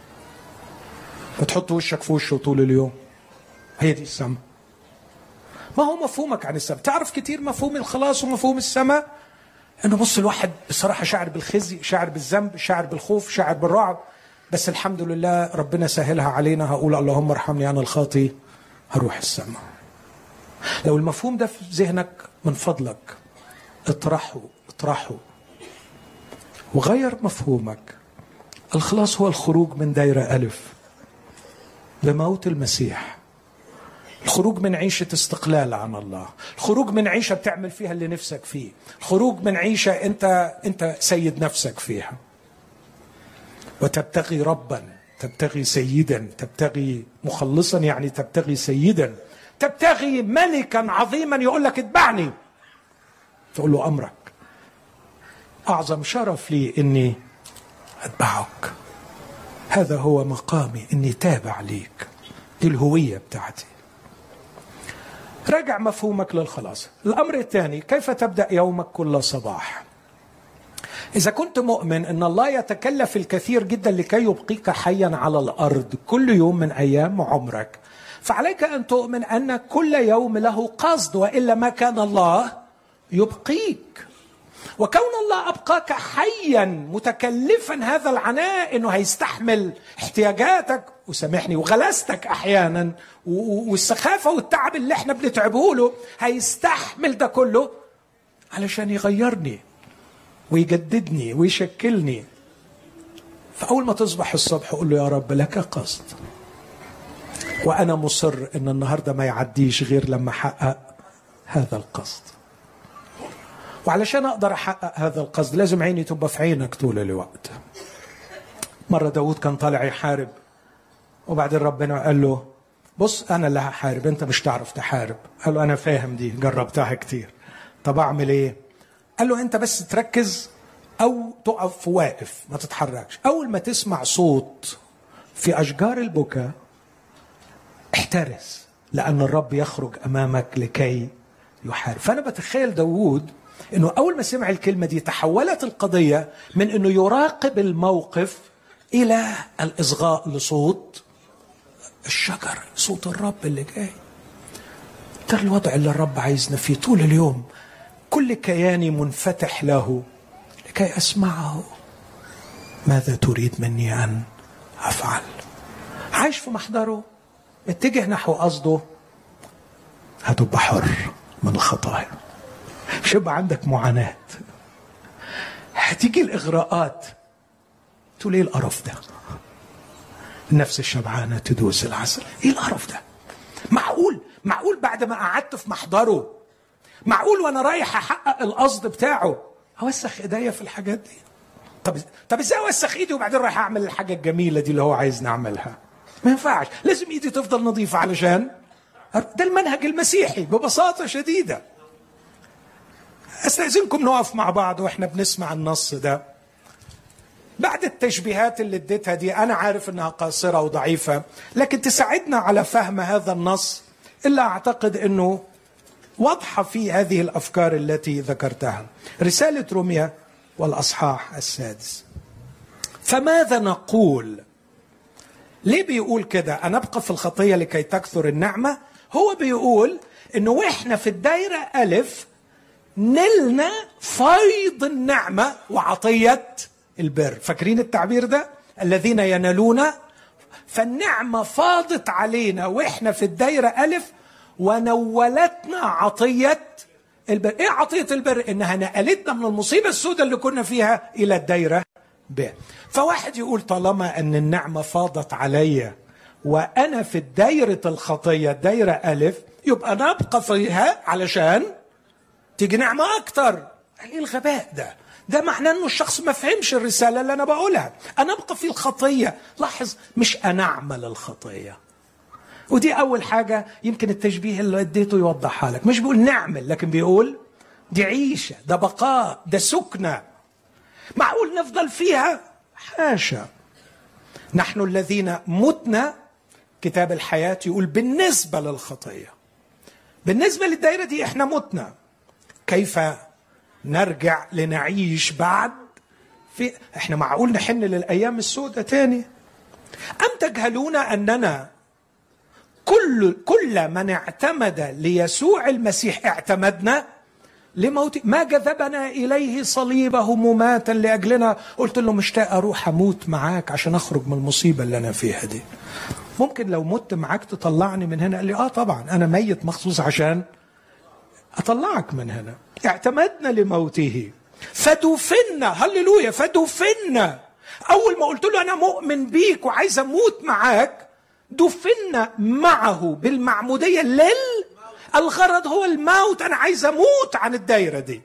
وتحط وشك في وشه طول اليوم. هي دي السماء. ما هو مفهومك عن السماء؟ تعرف كتير مفهوم الخلاص ومفهوم السماء انه بص الواحد بصراحة شاعر بالخزي، شاعر بالذنب، شاعر بالخوف، شاعر بالرعب، بس الحمد لله ربنا سهلها علينا. هقول اللهم ارحمني انا الخاطي هروح السماء. لو المفهوم ده في ذهنك من فضلك اطرحه اطرحه وغير مفهومك. الخلاص هو الخروج من دائرة ألف بموت المسيح، الخروج من عيشة استقلال عن الله، الخروج من عيشة بتعمل فيها اللي نفسك فيه، الخروج من عيشة انت انت سيد نفسك فيها، وتبتغي ربا، تبتغي سيدا، تبتغي مخلصا يعني تبتغي سيدا، تبتغي ملكا عظيما يقول لك اتبعني، تقول له أمرك. أعظم شرف لي إني أتبعك، هذا هو مقامي، إني تابع ليك، دي الهوية بتاعتي. راجع مفهومك للخلاص. الأمر الثاني، كيف تبدأ يومك كل صباح؟ إذا كنت مؤمن أن الله يتكلف الكثير جدا لكي يبقيك حيا على الأرض كل يوم من أيام عمرك، فعليك أن تؤمن أن كل يوم له قصد، وإلا ما كان الله يبقيك. وكون الله أبقاك حيا متكلفا هذا العناء أنه هيستحمل احتياجاتك وسامحني وغلاستك أحيانا والسخافة والتعب اللي احنا بنتعبه له، هيستحمل ده كله علشان يغيرني ويجددني ويشكلني. فأول ما تصبح الصبح قول له يا رب لك قصد، وأنا مصر أن النهاردة ما يعديش غير لما أحقق هذا القصد. وعلشان أقدر أحقق هذا القصد لازم عيني تبقى في عينك طول الوقت. مرة داود كان طالع يحارب، وبعدين ربنا قال له بص أنا اللي هحارب، أنت مش تعرف تحارب. قال له أنا فاهم دي، جربتها كتير. طب أعمل إيه؟ قال له أنت بس تركز أو تقف واقف ما تتحركش. أول ما تسمع صوت في أشجار البكاء احترس، لأن الرب يخرج أمامك لكي يحارب. فأنا بتخيل داود أنه أول ما سمع الكلمة دي تحولت القضية من أنه يراقب الموقف إلى الإصغاء لصوت الشجر، صوت الرب اللي جاي. ده الوضع اللي الرب عايزنا فيه طول اليوم، كل كياني منفتح له لكي أسمعه. ماذا تريد مني أن أفعل؟ عايش في محضره، اتجه نحو قصده، هتبقى حر من الخطايا. مش هيبقى عندك معاناة. هتيجي الإغراءات تقول ايه القرف ده؟ النفس الشبعانة تدوس العسل. ايه القرف ده؟ معقول معقول بعد ما قعدت في محضره، معقول وانا رايح احقق القصد بتاعه اوسخ ايديا في الحاجات دي؟ طب طب ازاي اوسخ ايدي وبعدين رايح اعمل الحاجه الجميله دي اللي هو عايزني اعملها؟ ما ينفعش، لازم ايدي تفضل نظيفه علشان ده المنهج المسيحي ببساطه شديده. استاذنكم نقف مع بعض واحنا بنسمع النص ده. بعد التشبيهات اللي اديتها دي، انا عارف انها قاصره وضعيفه، لكن تساعدنا على فهم هذا النص الا اعتقد انه واضحه في هذه الافكار التي ذكرتها. رساله روميا والاصحاح السادس. فماذا نقول؟ ليه بيقول كده؟ أنا أبقى في الخطية لكي تكثر النعمة. هو بيقول إنه وإحنا في الدائرة ألف نلنا فيض النعمة وعطية البر. فاكرين التعبير ده؟ الذين ينالون، فالنعمة فاضت علينا وإحنا في الدائرة ألف ونولتنا عطية البر. إيه عطية البر؟ إنها نقلتنا من المصيبة السوداء اللي كنا فيها إلى الدائرة ب. فواحد يقول طالما أن النعمة فاضت علي وأنا في الدائرة الخطية الدائرة ألف، يبقى نبقى فيها علشان تيجي نعمة أكتر. إيه الغباء ده؟ ده معناه أنه الشخص ما فهمش الرسالة اللي أنا بقولها. أنا أبقى في الخطية، لاحظ، مش أنا أعمل الخطية. ودي أول حاجة يمكن التشبيه اللي اديته يوضحها لك. مش بيقول نعمل، لكن بيقول دي عيشة، ده بقاء، ده سكنة. معقول نفضل فيها؟ حاشا. نحن الذين متنا، كتاب الحياة يقول بالنسبة للخطية، بالنسبة للدائرة دي احنا متنا. كيف نرجع لنعيش بعد في احنا؟ معقول نحن للأيام السوداء تاني؟ أم تجهلون أننا كل كل من اعتمد ليسوع المسيح اعتمدنا لموت. ما جذبنا إليه صليبه مماتا لأجلنا. قلت له مشتاق أروح أموت معاك عشان أخرج من المصيبة اللي أنا فيها دي. ممكن لو مت معاك تطلعني من هنا؟ قال لي آه طبعا، أنا ميت مخصوص عشان أطلعك من هنا. اعتمدنا لموته فدفنا. هللويا، فدفنا. أول ما قلت له أنا مؤمن بيك وعايز أموت معاك، دفنا معه بالمعمودية لل الغرض هو الموت. أنا عايز أموت عن الدائرة دي.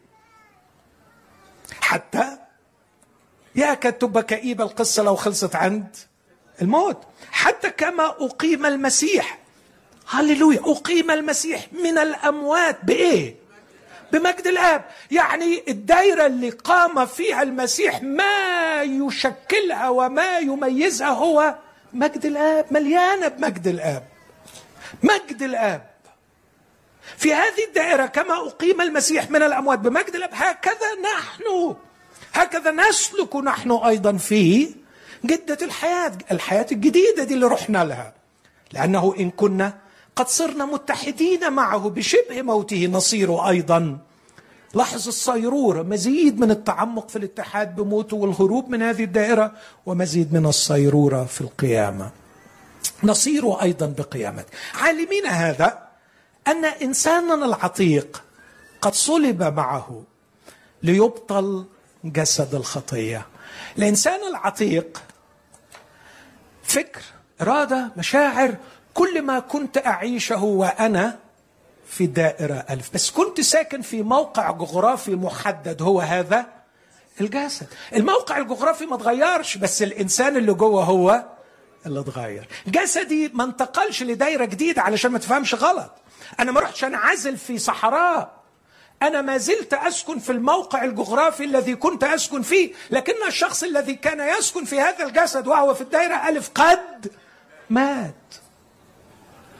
حتى يا كانت تبقى كئيبة القصة لو خلصت عند الموت. حتى كما أقيم المسيح، هللويا، أقيم المسيح من الأموات بإيه؟ بمجد الآب. يعني الدائرة اللي قام فيها المسيح ما يشكلها وما يميزها هو مجد الآب، مليانة بمجد الآب. مجد الآب في هذه الدائرة كما أقيم المسيح من الأموات بمجد الآب، هكذا نحن، هكذا نسلك نحن أيضا في جدة الحياة، الحياة الجديدة دي اللي رحنا لها. لأنه إن كنا قد صرنا متحدين معه بشبه موته نصير أيضا. لاحظ الصيرورة، مزيد من التعمق في الاتحاد بموته والهروب من هذه الدائرة، ومزيد من الصيرورة في القيامة. نصير أيضا بقيامته. عالمين هذا أن إنساننا العتيق قد صلب معه ليبطل جسد الخطية. الإنسان العتيق فكر، إرادة، مشاعر، كل ما كنت أعيشه وأنا في دائرة ألف، بس كنت ساكن في موقع جغرافي محدد هو هذا الجسد. الموقع الجغرافي ما تغيرش، بس الإنسان اللي جوه هو اللي اتغير. جسدي ما انتقلش لدائرة جديدة، علشان ما تفهمش غلط. أنا ما رحتش أنعزل في صحراء، أنا ما زلت أسكن في الموقع الجغرافي الذي كنت أسكن فيه، لكن الشخص الذي كان يسكن في هذا الجسد وهو في الدائرة ألف قد مات.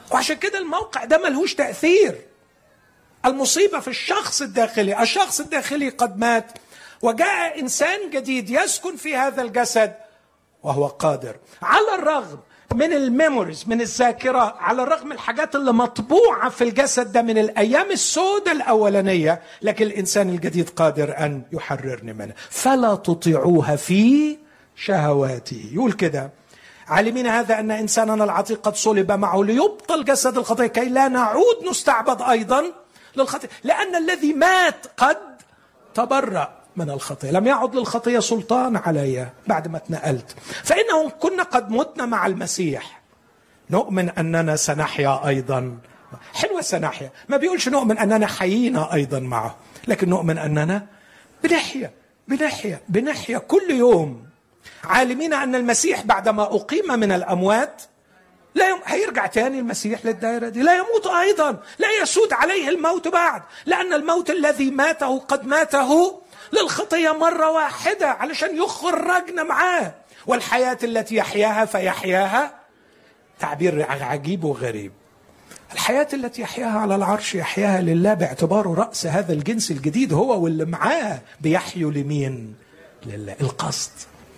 وعشان كده الموقع ده ملهوش تأثير. المصيبة في الشخص الداخلي. الشخص الداخلي قد مات وجاء إنسان جديد يسكن في هذا الجسد وهو قادر على الرغم من الميموريز، من الذاكرة، على الرغم من الحاجات اللي مطبوعة في الجسد ده من الأيام السوداء الأولانية، لكن الإنسان الجديد قادر أن يحررني منه. فلا تطيعوها في شهواته. يقول كده: عالمين هذا أن إنساننا العتيق قد صلب معه ليبطل جسد الخطية كي لا نعود نستعبد أيضا للخطية، لأن الذي مات قد تبرأ من الخطية، لم يعد للخطية سلطان علي بعد ما اتنقلت. فإنهم كنا قد متنا مع المسيح، نؤمن أننا سنحيا أيضا. حلوة سنحيا، ما بيقولش نؤمن أننا حيينا أيضا معه، لكن نؤمن أننا بنحيا بنحيا بنحيا كل يوم، عالمين أن المسيح بعدما أقيم من الأموات لا يم... هيرجع تاني المسيح للدائرة دي، لا يموت أيضا، لا يسود عليه الموت بعد، لأن الموت الذي ماته قد ماته للخطية مرة واحدة علشان يخرجنا معاه، والحياة التي يحياها فيحياها، تعبير عجيب وغريب، الحياة التي يحياها على العرش يحياها لله باعتباره رأس هذا الجنس الجديد، هو واللي معاه بيحيوا لمين؟ لله. القصد،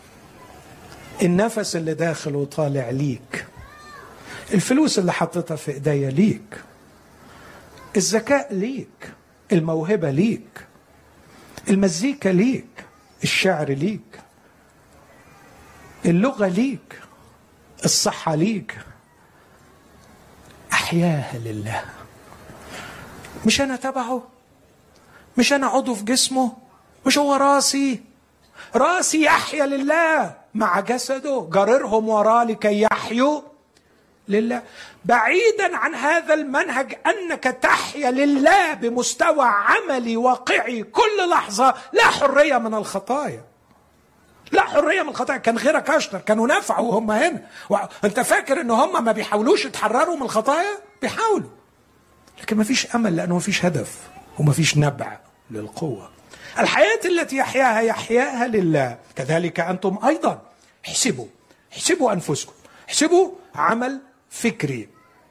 النفس اللي داخل وطالع ليك، الفلوس اللي حطيتها في ايديا ليك، الذكاء ليك، الموهبة ليك، المزيكا ليك، الشعر ليك، اللغة ليك، الصحة ليك، أحياها لله. مش أنا تبعه، مش أنا عضو في جسمه، مش هو راسي، راسي يحيا لله مع جسده، جررهم وراه لكي يحيوا لله. بعيدا عن هذا المنهج أنك تحيا لله بمستوى عملي واقعي كل لحظة، لا حرية من الخطايا، لا حرية من الخطايا. كان غيرك أشطر، كانوا نفعوا وهم هنا. وأنت فاكر أن هم ما بيحاولوش يتحرروا من الخطايا؟ بيحاولوا، لكن ما فيش أمل، لأنه ما فيش هدف وما فيش نبع للقوة. الحياة التي يحياها يحياها لله. كذلك أنتم أيضا احسبوا احسبوا أنفسكم، احسبوا عمل فكري.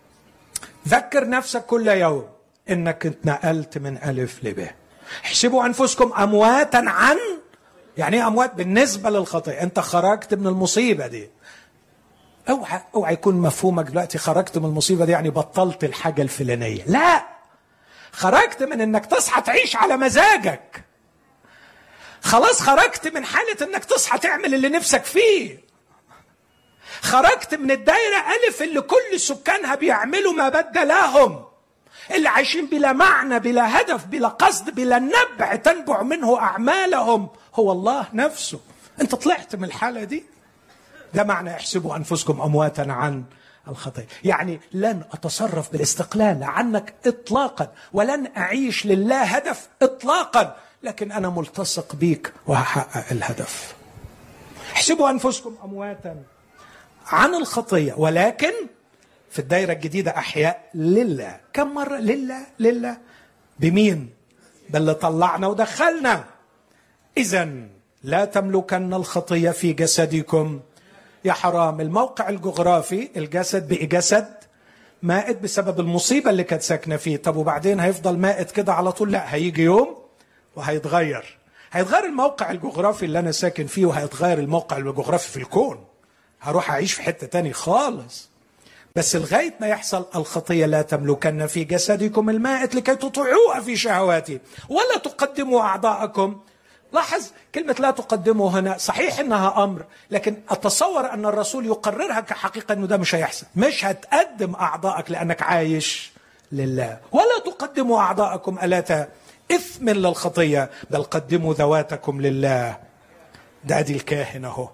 ذكر نفسك كل يوم انك اتنقلت من الف لب. احسبوا انفسكم امواتا عن، يعني ايه اموات؟ بالنسبه للخطيه، انت خرجت من المصيبه دي. اوعى اوعى يكون مفهومك دلوقتي خرجت من المصيبه دي يعني بطلت الحاجه الفلانيه، لا، خرجت من انك تصحى تعيش على مزاجك، خلاص خرجت من حاله انك تصحى تعمل اللي نفسك فيه، خرجت من الدائرة ألف اللي كل سكانها بيعملوا ما بدا لهم، اللي عايشين بلا معنى، بلا هدف، بلا قصد، بلا نبع تنبع منه أعمالهم هو الله نفسه. أنت طلعت من الحالة دي. ده معنى احسبوا أنفسكم أمواتا عن الخطية، يعني لن أتصرف بالاستقلال عنك إطلاقا، ولن أعيش لله هدف إطلاقا، لكن أنا ملتصق بيك وهحقق الهدف. احسبوا أنفسكم أمواتا عن الخطية ولكن في الدائرة الجديدة أحياء لله. كم مرة لله؟ لله بمين؟ باللي طلعنا ودخلنا. إذن لا تملكن الخطية في جسدكم يا حرام. الموقع الجغرافي، الجسد بقى جسد مائت بسبب المصيبة اللي كانت ساكنة فيه. طب وبعدين هيفضل مائت كده على طول؟ لا، هيجي يوم وهيتغير. هيتغير الموقع الجغرافي اللي أنا ساكن فيه، وهيتغير الموقع الجغرافي في الكون، هروح أعيش في حتة تاني خالص. بس لغاية ما يحصل الخطية لا تملكن في جسدكم المائت لكي تطيعوها في شهواته ولا تقدموا أعضاءكم. لاحظ كلمة لا تقدموا هنا، صحيح إنها أمر، لكن أتصور أن الرسول يقررها كحقيقة أنه ده مش هيحصل. مش هتقدم أعضاءك لأنك عايش لله. ولا تقدموا أعضاءكم آلة إثم للخطية، بل قدموا ذواتكم لله. ده أدي الكاهن أهو،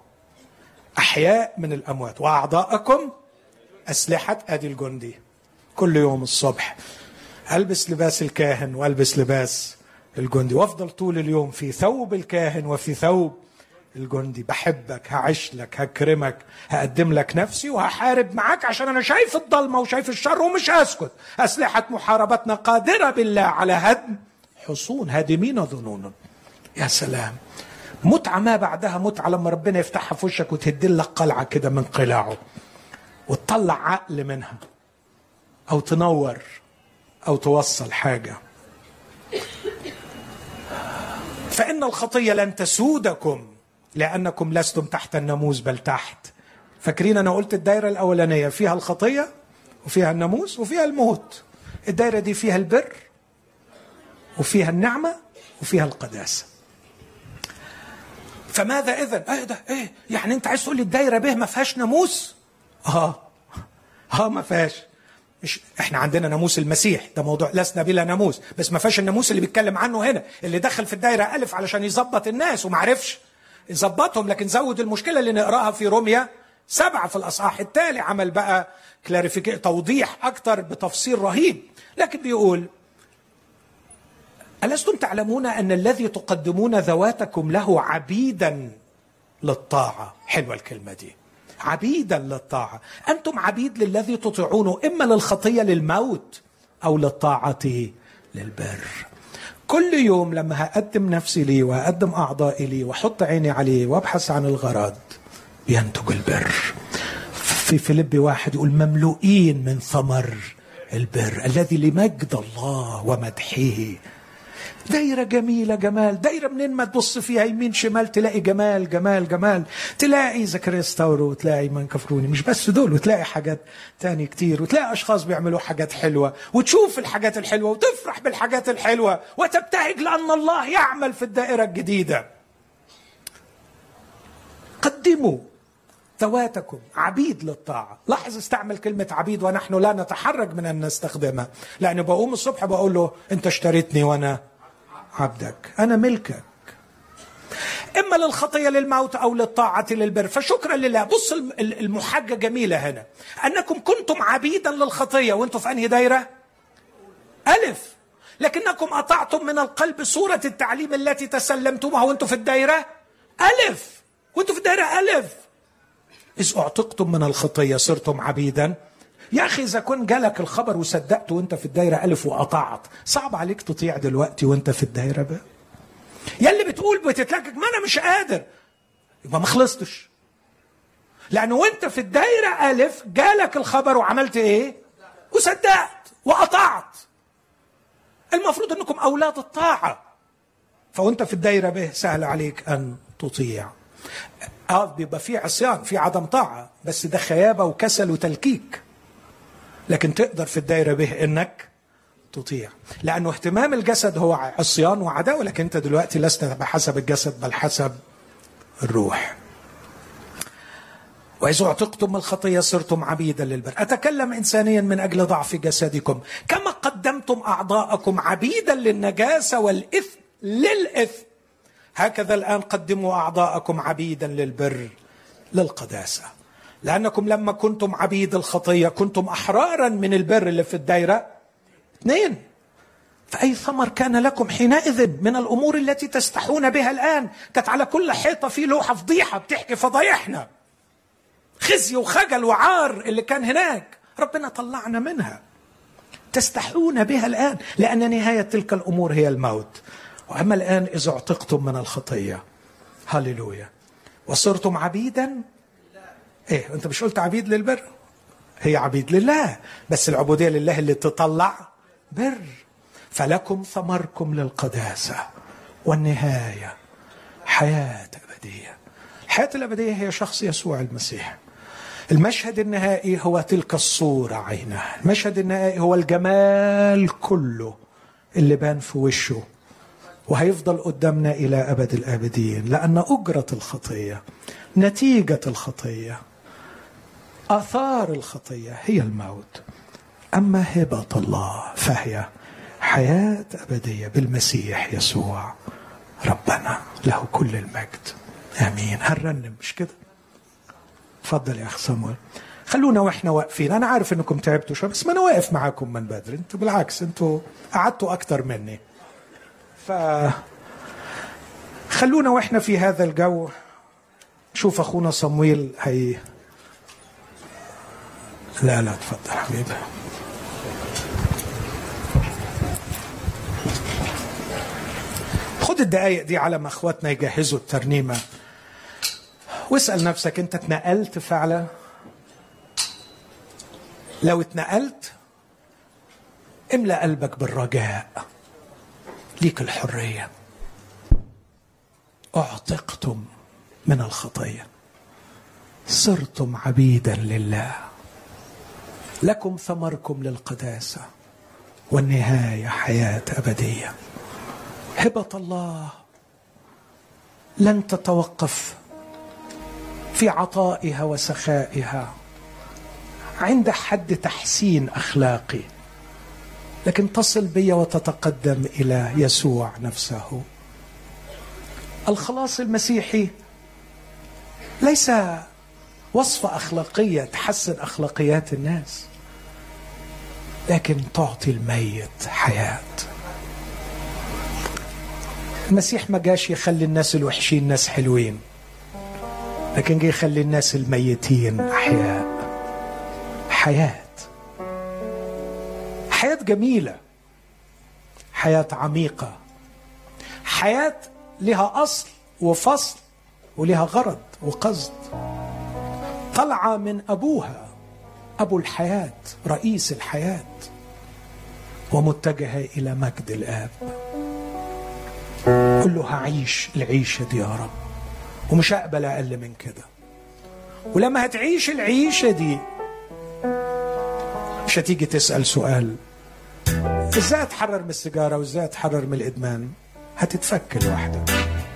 أحياء من الأموات، وأعضاءكم أسلحة. أدي الجندي كل يوم الصبح ألبس لباس الكاهن وألبس لباس الجندي، وأفضل طول اليوم في ثوب الكاهن وفي ثوب الجندي. بحبك، هعيش لك، هكرمك، هقدم لك نفسي وهحارب معك عشان أنا شايف الضلمة وشايف الشر ومش هسكت. أسلحة محاربتنا قادرة بالله على هدم حصون هادمين ظنونا. يا سلام، متعة ما بعدها متعة لما ربنا يفتحها في وشك وتهدلك قلعة كده من قلاعه وتطلع عقل منها. أو تنور أو توصل حاجة. فإن الخطية لن تسودكم لأنكم لستم تحت الناموس بل تحت. فاكرين أنا قلت الدائرة الأولانية فيها الخطية وفيها الناموس وفيها الموت. الدائرة دي فيها البر وفيها النعمة وفيها القداسة. فماذا إذن؟ ايه ده ايه يعني انت عايز تقول لي الدائرة به ما فيهاش ناموس؟ اه اه ما فيهاش. مش احنا عندنا ناموس المسيح، ده موضوع لسنا بلا ناموس، بس ما فيهاش الناموس اللي بيتكلم عنه هنا، اللي دخل في الدائرة ألف علشان يظبط الناس وما عرفش يظبطهم، لكن زود المشكلة اللي نقراها في روميا سبعة في الأصحاح التالي، عمل بقى كلاريفيكي توضيح أكتر بتفسير رهيب. لكن بيقول ألستم تعلمون أن الذي تقدمون ذواتكم له عبيدا للطاعة؟ حلوة الكلمة دي، عبيدا للطاعة. أنتم عبيد للذي تطيعونه إما للخطية للموت أو للطاعة للبر. كل يوم لما هقدم نفسي لي وهقدم أعضائي لي وحط عيني عليه وابحث عن الغرض ينتج البر. في فيليبي واحد يقول مملوئين من ثمر البر الذي لمجد الله ومدحه. دايرة جميلة جمال، دايرة منين ما تبص فيها يمين شمال تلاقي جمال جمال جمال، تلاقي زكريا ستاورو وتلاقي من كفروني، مش بس دول، وتلاقي حاجات تاني كتير، وتلاقي أشخاص بيعملوا حاجات حلوة وتشوف الحاجات الحلوة وتفرح بالحاجات الحلوة وتبتهج لأن الله يعمل في الدائرة الجديدة. قدموا ذواتكم عبيد للطاعة. لاحظ استعمل كلمة عبيد ونحن لا نتحرج من أن نستخدمها، لأنه بقوم الصبح بقول له أنت اشتريتني وأنا عبدك، أنا ملكك. إما للخطية للموت أو للطاعة للبر. فشكرا لله. بص المحاجة جميلة هنا، أنكم كنتم عبيدا للخطية وأنتم في أنهي دايرة؟ ألف. لكنكم أطعتم من القلب صورة التعليم التي تسلمتمها وأنتم في الدايرة ألف. وأنتم في الدايرة ألف. إذ أعتقتم من الخطية صرتم عبيدا. يا أخي إذا كن جالك الخبر وصدقت وأنت في الدايرة ألف وقطعت، صعب عليك تطيع دلوقتي وأنت في الدايرة ب. يا اللي بتقول بتتلكك ما أنا مش قادر، يبقى ما خلصتش. لأنه وأنت في الدايرة ألف جالك الخبر وعملت إيه؟ وصدقت وقطعت. المفروض أنكم أولاد الطاعة، فوأنت في الدايرة به سهل عليك أن تطيع. اه بيبقى في عصيان، في عدم طاعة، بس ده خيابة وكسل وتلكيك. لكن تقدر في الدائرة به انك تطيع، لانه اهتمام الجسد هو عصيان وعداوة، لكن انت دلوقتي لست بحسب الجسد بل حسب الروح. وإذ اعتقتم الخطية صرتم عبيدا للبر. أتكلم إنسانيا من أجل ضعف جسدكم، كما قدمتم أعضاءكم عبيدا للنجاسة والإثم للإثم، هكذا الآن قدموا أعضاءكم عبيدا للبر للقداسة. لأنكم لما كنتم عبيد الخطية كنتم أحرارا من البر اللي في الدائرة اثنين. فأي ثمر كان لكم حينئذ من الأمور التي تستحون بها الآن؟ كانت على كل حيطة في لوحة فضيحة بتحكي فضايحنا، خزي وخجل وعار اللي كان هناك، ربنا طلعنا منها. تستحون بها الآن لأن نهاية تلك الأمور هي الموت. وأما الآن إذا اعتقتم من الخطية، هللويا، وصرتم عبيدا. إيه أنت مش قلت عبيد للبر؟ هي عبيد لله، بس العبودية لله اللي تطلع بر. فلكم ثمركم للقداسة والنهاية حياة أبدية. الحياة الأبدية هي شخص يسوع المسيح. المشهد النهائي هو تلك الصورة عينها. المشهد النهائي هو الجمال كله اللي بان في وشه وهيفضل قدامنا إلى أبد الآبدين، لأن أجرة الخطية، نتيجة الخطية، آثار الخطية هي الموت. أما هبة الله فهي حياة أبدية بالمسيح يسوع ربنا، له كل المجد. آمين. هنرنم مش كده؟ تفضل يا أخ صمويل. خلونا وإحنا واقفين، أنا عارف إنكم تعبتوا شوية، بس ما أنا واقف معاكم من بدري، أنتوا بالعكس أنتوا قعدتوا أكتر مني. فخلونا وإحنا في هذا الجو شوف أخونا صمويل هي. لا لا تفضل حبيبي. خد الدقايق دي على ما اخواتنا يجهزوا الترنيمة، واسأل نفسك انت اتنقلت فعلا؟ لو اتنقلت املأ قلبك بالرجاء، ليك الحرية، اعتقتم من الخطية، صرتم عبيدا لله، لكم ثمركم للقداسة، والنهاية حياة أبدية. هبة الله لن تتوقف في عطائها وسخائها عند حد تحسين أخلاقي، لكن تصل بي وتتقدم إلى يسوع نفسه. الخلاص المسيحي ليس وصفة أخلاقية تحسن أخلاقيات الناس، لكن تعطي الميت حياة. المسيح ما جاش يخلي الناس الوحشين ناس حلوين، لكن جاي يخلي الناس الميتين أحياء. حياة، حياة جميلة، حياة عميقة، حياة لها أصل وفصل ولها غرض وقصد، طلعة من أبوها، أبو الحياة، رئيس الحياة، ومتجهة إلى مجد الآب. قل له هعيش العيشة دي يا رب، ومش هقبل أقل من كده. ولما هتعيش العيشة دي مش هتيجي تسأل سؤال ازاي اتحرر من السيجارة وازاي اتحرر من الإدمان، هتتفك لوحدك.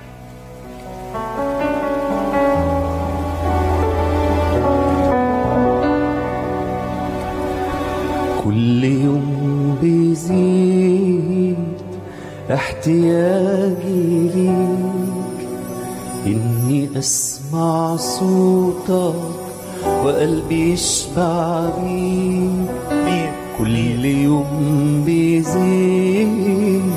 كل يوم بيزيد احتياجي ليك، إني أسمع صوتك وقلبي يشبع بيك. كل يوم بيزيد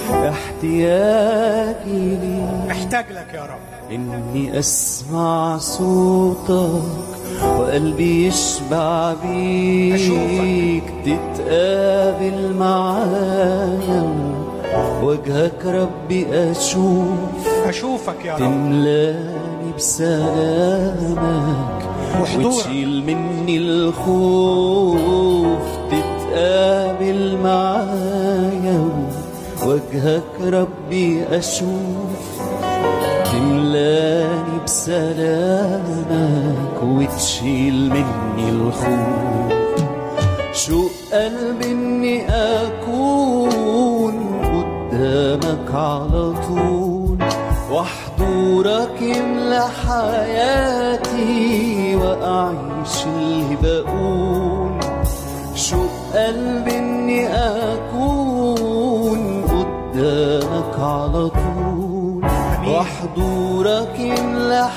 احتياجي ليك، محتاج لك يا رب، إني أسمع صوتك وقلبي يشبع بيك. تتقابل معايا وجهك ربي أشوف، أشوفك يا رب، تملاني بسلامك وتشيل مني الخوف. تتقابل معايا وجهك ربي أشوف، تملاني بسلامك وتشيل مني الخوف. شو قلبي إني أكون قدامك على طول، وحضورك يملى حياتي وأعيش اللي بقول. شو قلبي إني أكون قدامك على طول، وحضورك يملى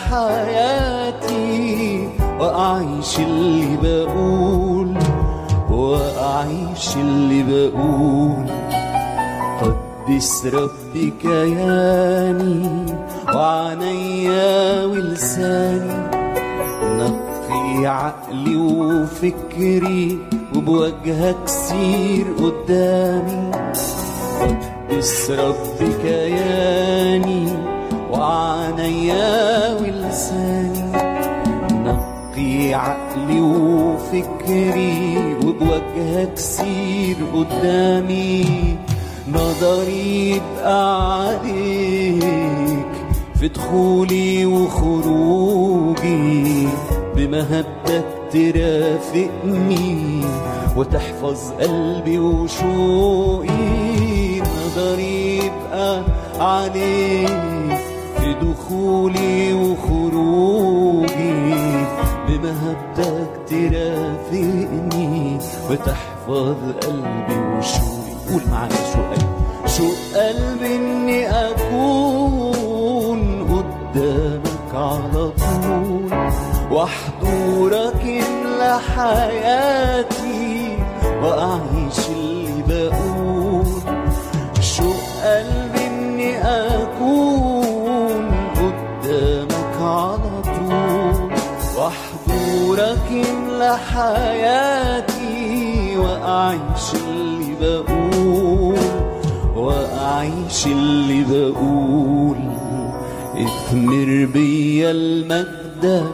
حياتي وأعيش اللي بقول، وأعيش اللي بقول. قدس ربي كياني وعنيا ولساني، نقي عقلي وفكري وبوجهك سير قدامي. قدس ربي كياني وعنيا ولساني، نقي عقلي وفكري وبوجهك سير قدامي. نظري يبقى عليك في دخولي وخروجي، بمهبتك ترافقني وتحفظ قلبي وشوقي. نظري يبقى عليك في دخولي وخروجي، بمهبتك ترافقني وتحفظ قلبي وشوقي. قول معايا شو قلبي، شو قلبي إني أكون قدامك على طول، وحضورك يملى حياتي وأعيش اللي بقول. شو قلبي إني أكون قدامك على طول، وحضورك يملى حياتي وأعيش اللي بقول، وأعيش اللي بقول. اثمر بيا المجدك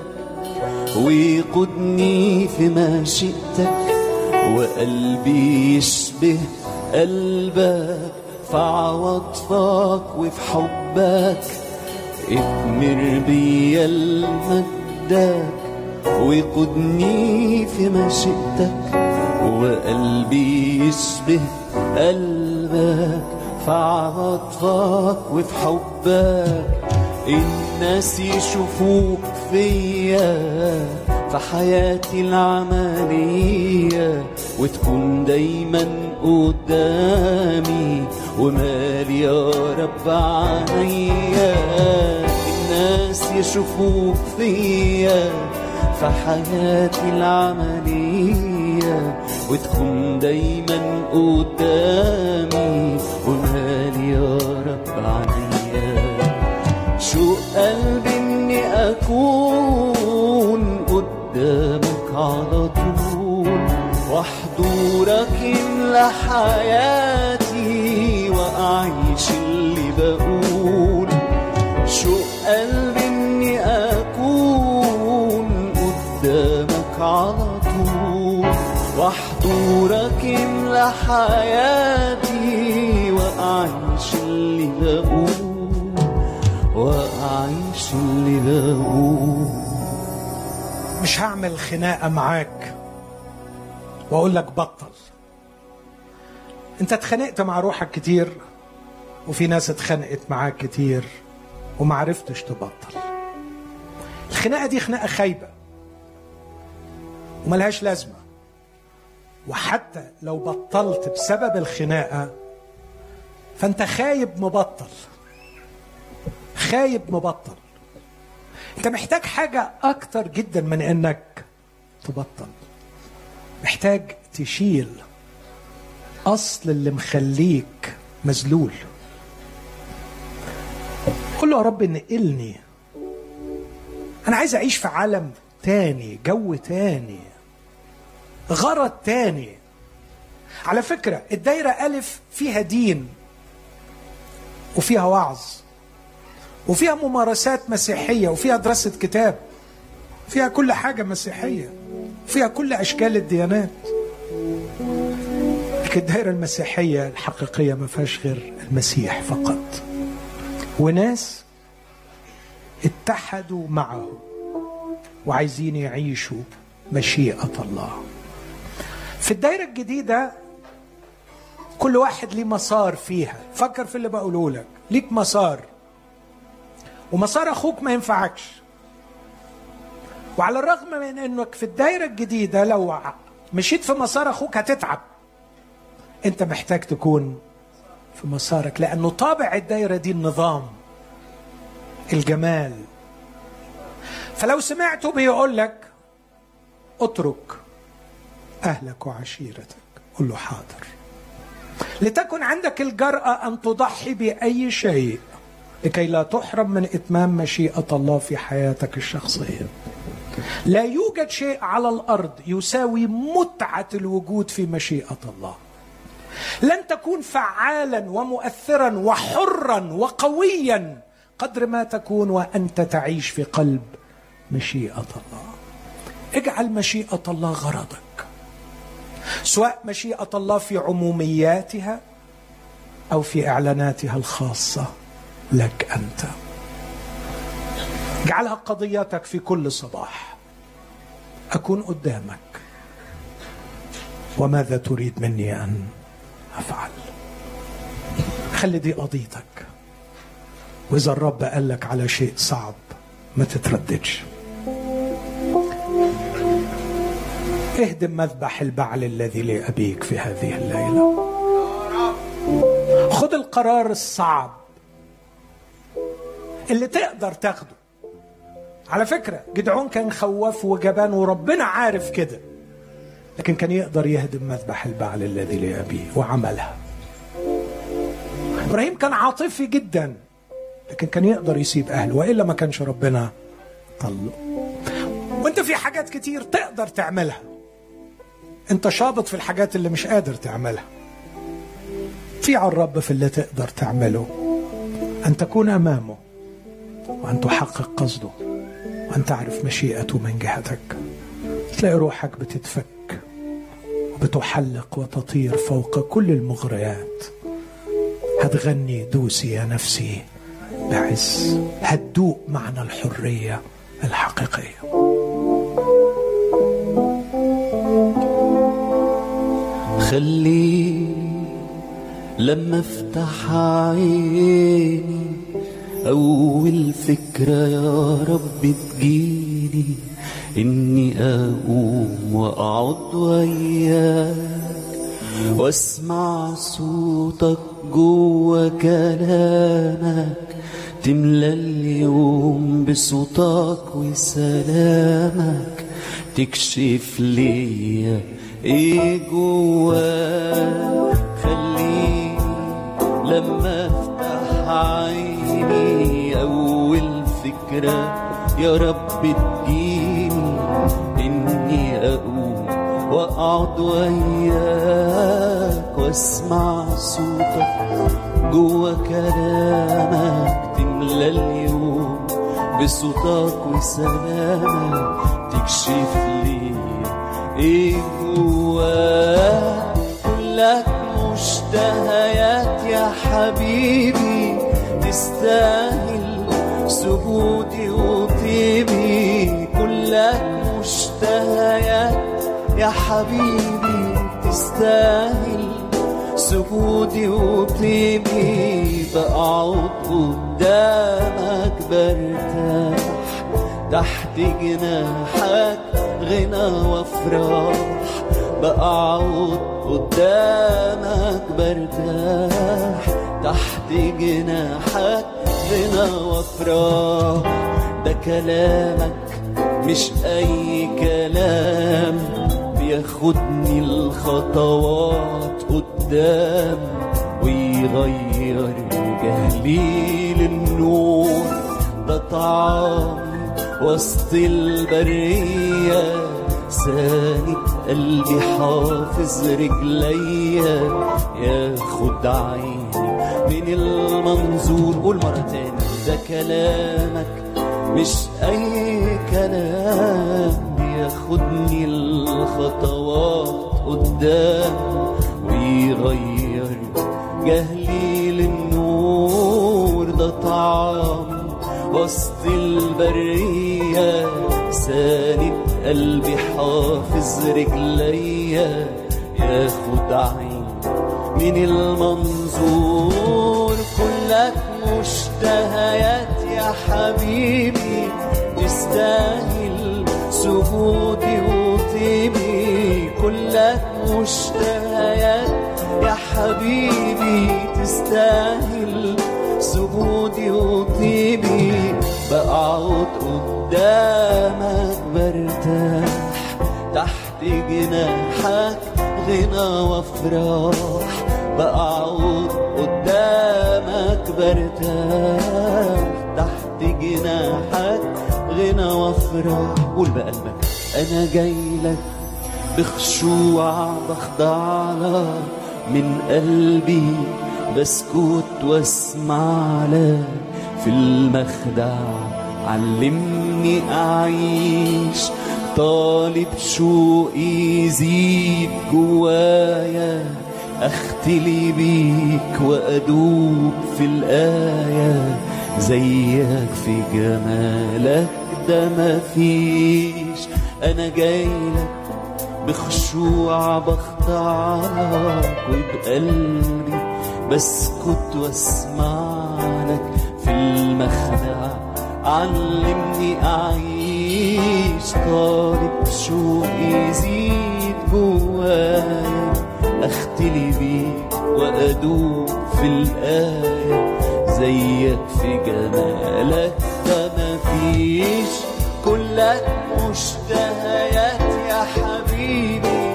ويقودني في مشيئتك، وقلبي يشبه قلبك في عواطفك وفي حبك اثمر بيا المجدك وقدني في مشيئتك وقلبي يشبه قلبك في عواطفك وفي حبك الناس يشوفوك فيا في حياتي العملية وتكون دايما قدامي ومالي يا رب عينيا الناس يشوفوك فيا في حياتي العملية وتكون دايما قدامي ومالي يا رب عينيا شو قلبي اني اكون قدامك على طول وحضورك يملى حياتي واعيش اللي بقول شو قلبي اني اكون قدامك على طول وحضورك يملى حياتي واعيش اللي بقول وأعيش اللي بقول. مش هعمل خناقة معاك وأقول لك بطل. أنت اتخانقت مع روحك كتير وفي ناس اتخانقت معاك كتير وما عرفتش تبطل. الخناقة دي خناقة خايبة وملهاش لازمة، وحتى لو بطلت بسبب الخناقة فأنت خايب مبطل، خايب مبطل. انت محتاج حاجة اكتر جدا من انك تبطل. محتاج تشيل اصل اللي مخليك مذلول. قل له يا رب نقلني، انا عايز اعيش في عالم تاني، جو تاني، غرض تاني. على فكرة الدايرة ألف فيها دين وفيها وعظ وفيها ممارسات مسيحية وفيها دراسة كتاب، فيها كل حاجة مسيحية، فيها كل أشكال الديانات. لكن الدائرة المسيحية الحقيقية ما فيهاش غير المسيح فقط، وناس اتحدوا معه وعايزين يعيشوا مشيئة الله. في الدائرة الجديدة كل واحد ليه مسار فيها. فكر في اللي بقوله لك، ليك مسار ومسار أخوك ما ينفعكش. وعلى الرغم من أنك في الدائرة الجديدة لو مشيت في مسار أخوك هتتعب، أنت محتاج تكون في مسارك، لأنه طابع الدائرة دي النظام، الجمال. فلو سمعته بيقول لك اترك أهلك وعشيرتك، قل له حاضر، لتكن عندك الجرأة أن تضحي بأي شيء لكي لا تحرم من إتمام مشيئة الله في حياتك الشخصية. لا يوجد شيء على الأرض يساوي متعة الوجود في مشيئة الله. لن تكون فعالا ومؤثرا وحرا وقويا قدر ما تكون وأنت تعيش في قلب مشيئة الله. اجعل مشيئة الله غرضك، سواء مشيئة الله في عمومياتها أو في إعلاناتها الخاصة لك أنت. اجعلها قضيتك في كل صباح. أكون قدامك، وماذا تريد مني أن أفعل؟ خلي دي قضيتك. وإذا الرب قال لك على شيء صعب ما تترددش. اهدم مذبح البعل الذي لأبيك في هذه الليلة. خذ القرار الصعب اللي تقدر تاخده. على فكرة جدعون كان خواف وجبان وربنا عارف كده، لكن كان يقدر يهدم مذبح البعل الذي لأبيه وعملها. إبراهيم كان عاطفي جدا، لكن كان يقدر يسيب أهله، وإلا ما كانش ربنا طلق. وانت في حاجات كتير تقدر تعملها، انت شابط في الحاجات اللي مش قادر تعملها. في على الرب في اللي تقدر تعمله، أن تكون أمامه وأن تحقق قصده وأن تعرف مشيئته من جهتك. تلاقي روحك بتتفك بتحلق وتطير فوق كل المغريات. هتغني دوسي يا نفسي بعز، هتدوق معنى الحرية الحقيقية. خليني لما افتح عيني أول فكرة يا رب تجيني، إني أقوم وأقعد وياك واسمع صوتك جوا كلامك، تملى اليوم بصوتك وسلامك، تكشف ليا ايه جواك. خليني لما افتح عيني أول فكرة يا رب تجيني، إني أقوم وأقعد وياك واسمع صوتك جوا كلامك، تملى اليوم بصوتك وسلامك، تكشف لي ايه جواك. كلك مشتهيات يا حبيبي، تستاهل سجودي وطيبي. كلك مشتهيات يا حبيبي، تستاهل سجودي وطيبي. بقعد قدامك برتاح، تحت جناحك غنى وافراح. بقعد قدامك برتاح، تحت جناحك غنى وافراح. ده كلامك مش اي كلام، بياخدني الخطوات قدام ويغير جهلي للنور. ده طعامي وسط البرية، ساند قلبي حافظ رجليا، ياخد عيني من المنظور. قول مرة تاني، ده كلامك مش أي كلام، بياخدني الخطوات قدام ويغير جهلي للنور. ده طعام وسط البرية، ساند قلبي حافظ رجليا، ياخد عين من المنظور. كلك مشتهيات يا حبيبي، تستاهل سجودي وطيبي. كلك مشتهيات يا حبيبي، تستاهل سجودي وطيبي. بقعد قدامك برتاح، تحت جناحك غنى وافراح. بقعد قدامك برتاح، تحت جناحك غنى وافراح. قول بقلبك، انا جايلك بخشوع بخضع لك من قلبي، بسكت واسمع لك في المخدع. علمني أعيش طالب شوقي يزيد جوايا، أختلي بيك وأدوب في الآية. زيك في جمالك ده مفيش. أنا جايلك بخشوع بخضع لك، وبقلبي بسكت واسمع لك في المخدع. علمني أعيش طالب شوقي يزيد جوايا، أختلي بيك وأدوب في الآية. زيك في جمالك ده مفيش. كلك مشتهيات يا حبيبي،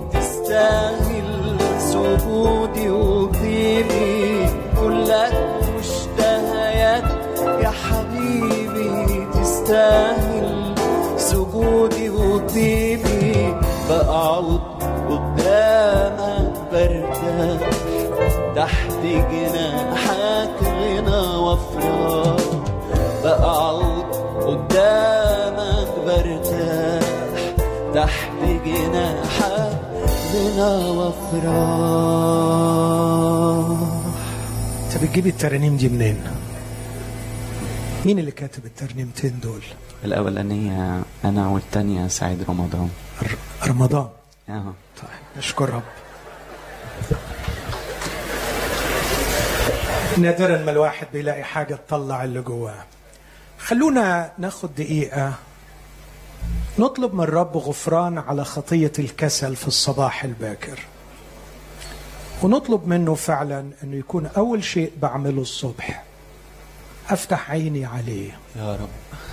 تستاهل سجودي وطيبي. كلك مشتهيات يا حبيبي، تستاهل سجودي وطيبي. بقعد قدامك برتاح، تحت جناحك غنى وافراح. بقعد قدامك برتاح، تحت جناحك أغنى وافرح. انت بتجيب الترانيم دي منين؟ مين اللي كاتب الترنيمتين دول؟ الأولانية أنا والتانية سعيد رمضان. رمضان. اه طيب نشكر رب. نادرا ما الواحد بيلاقي حاجة تطلع اللي جواه. خلونا ناخد دقيقة نطلب من الرب غفران على خطية الكسل في الصباح الباكر، ونطلب منه فعلا أنه يكون أول شيء بعمله الصبح أفتح عيني عليه يا رب.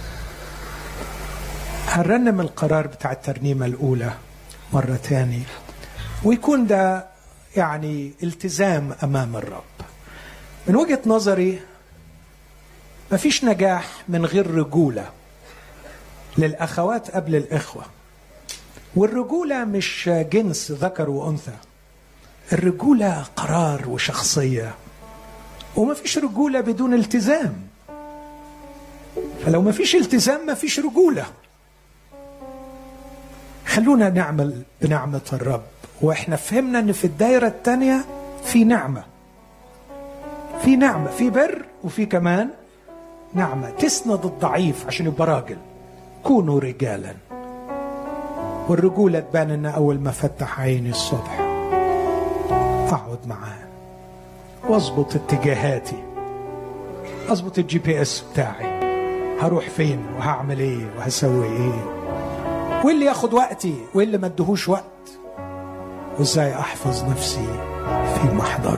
هنرنم القرار بتاع الترنيمة الأولى مرة تاني، ويكون ده يعني التزام أمام الرب. من وجهة نظري مفيش نجاح من غير رجولة للأخوات قبل الإخوة، والرجولة مش جنس ذكر وأنثى، الرجولة قرار وشخصية، ومفيش رجولة بدون التزام. فلو مفيش التزام مفيش رجولة. خلونا نعمل بنعمة الرب، وإحنا فهمنا أن في الدائرة الثانية في نعمة، في نعمة، في بر، وفي كمان نعمة تسند الضعيف عشان يبقى راجل. كونوا رجالا، والرجولة تبان أن أول ما فتح عيني الصبح أقعد معاه واضبط اتجاهاتي، أضبط الجي بي اس بتاعي، هروح فين وهعمل ايه وهسوي ايه، واللي ياخد وقتي واللي ما ادهوش وقت، وازاي احفظ نفسي في محضر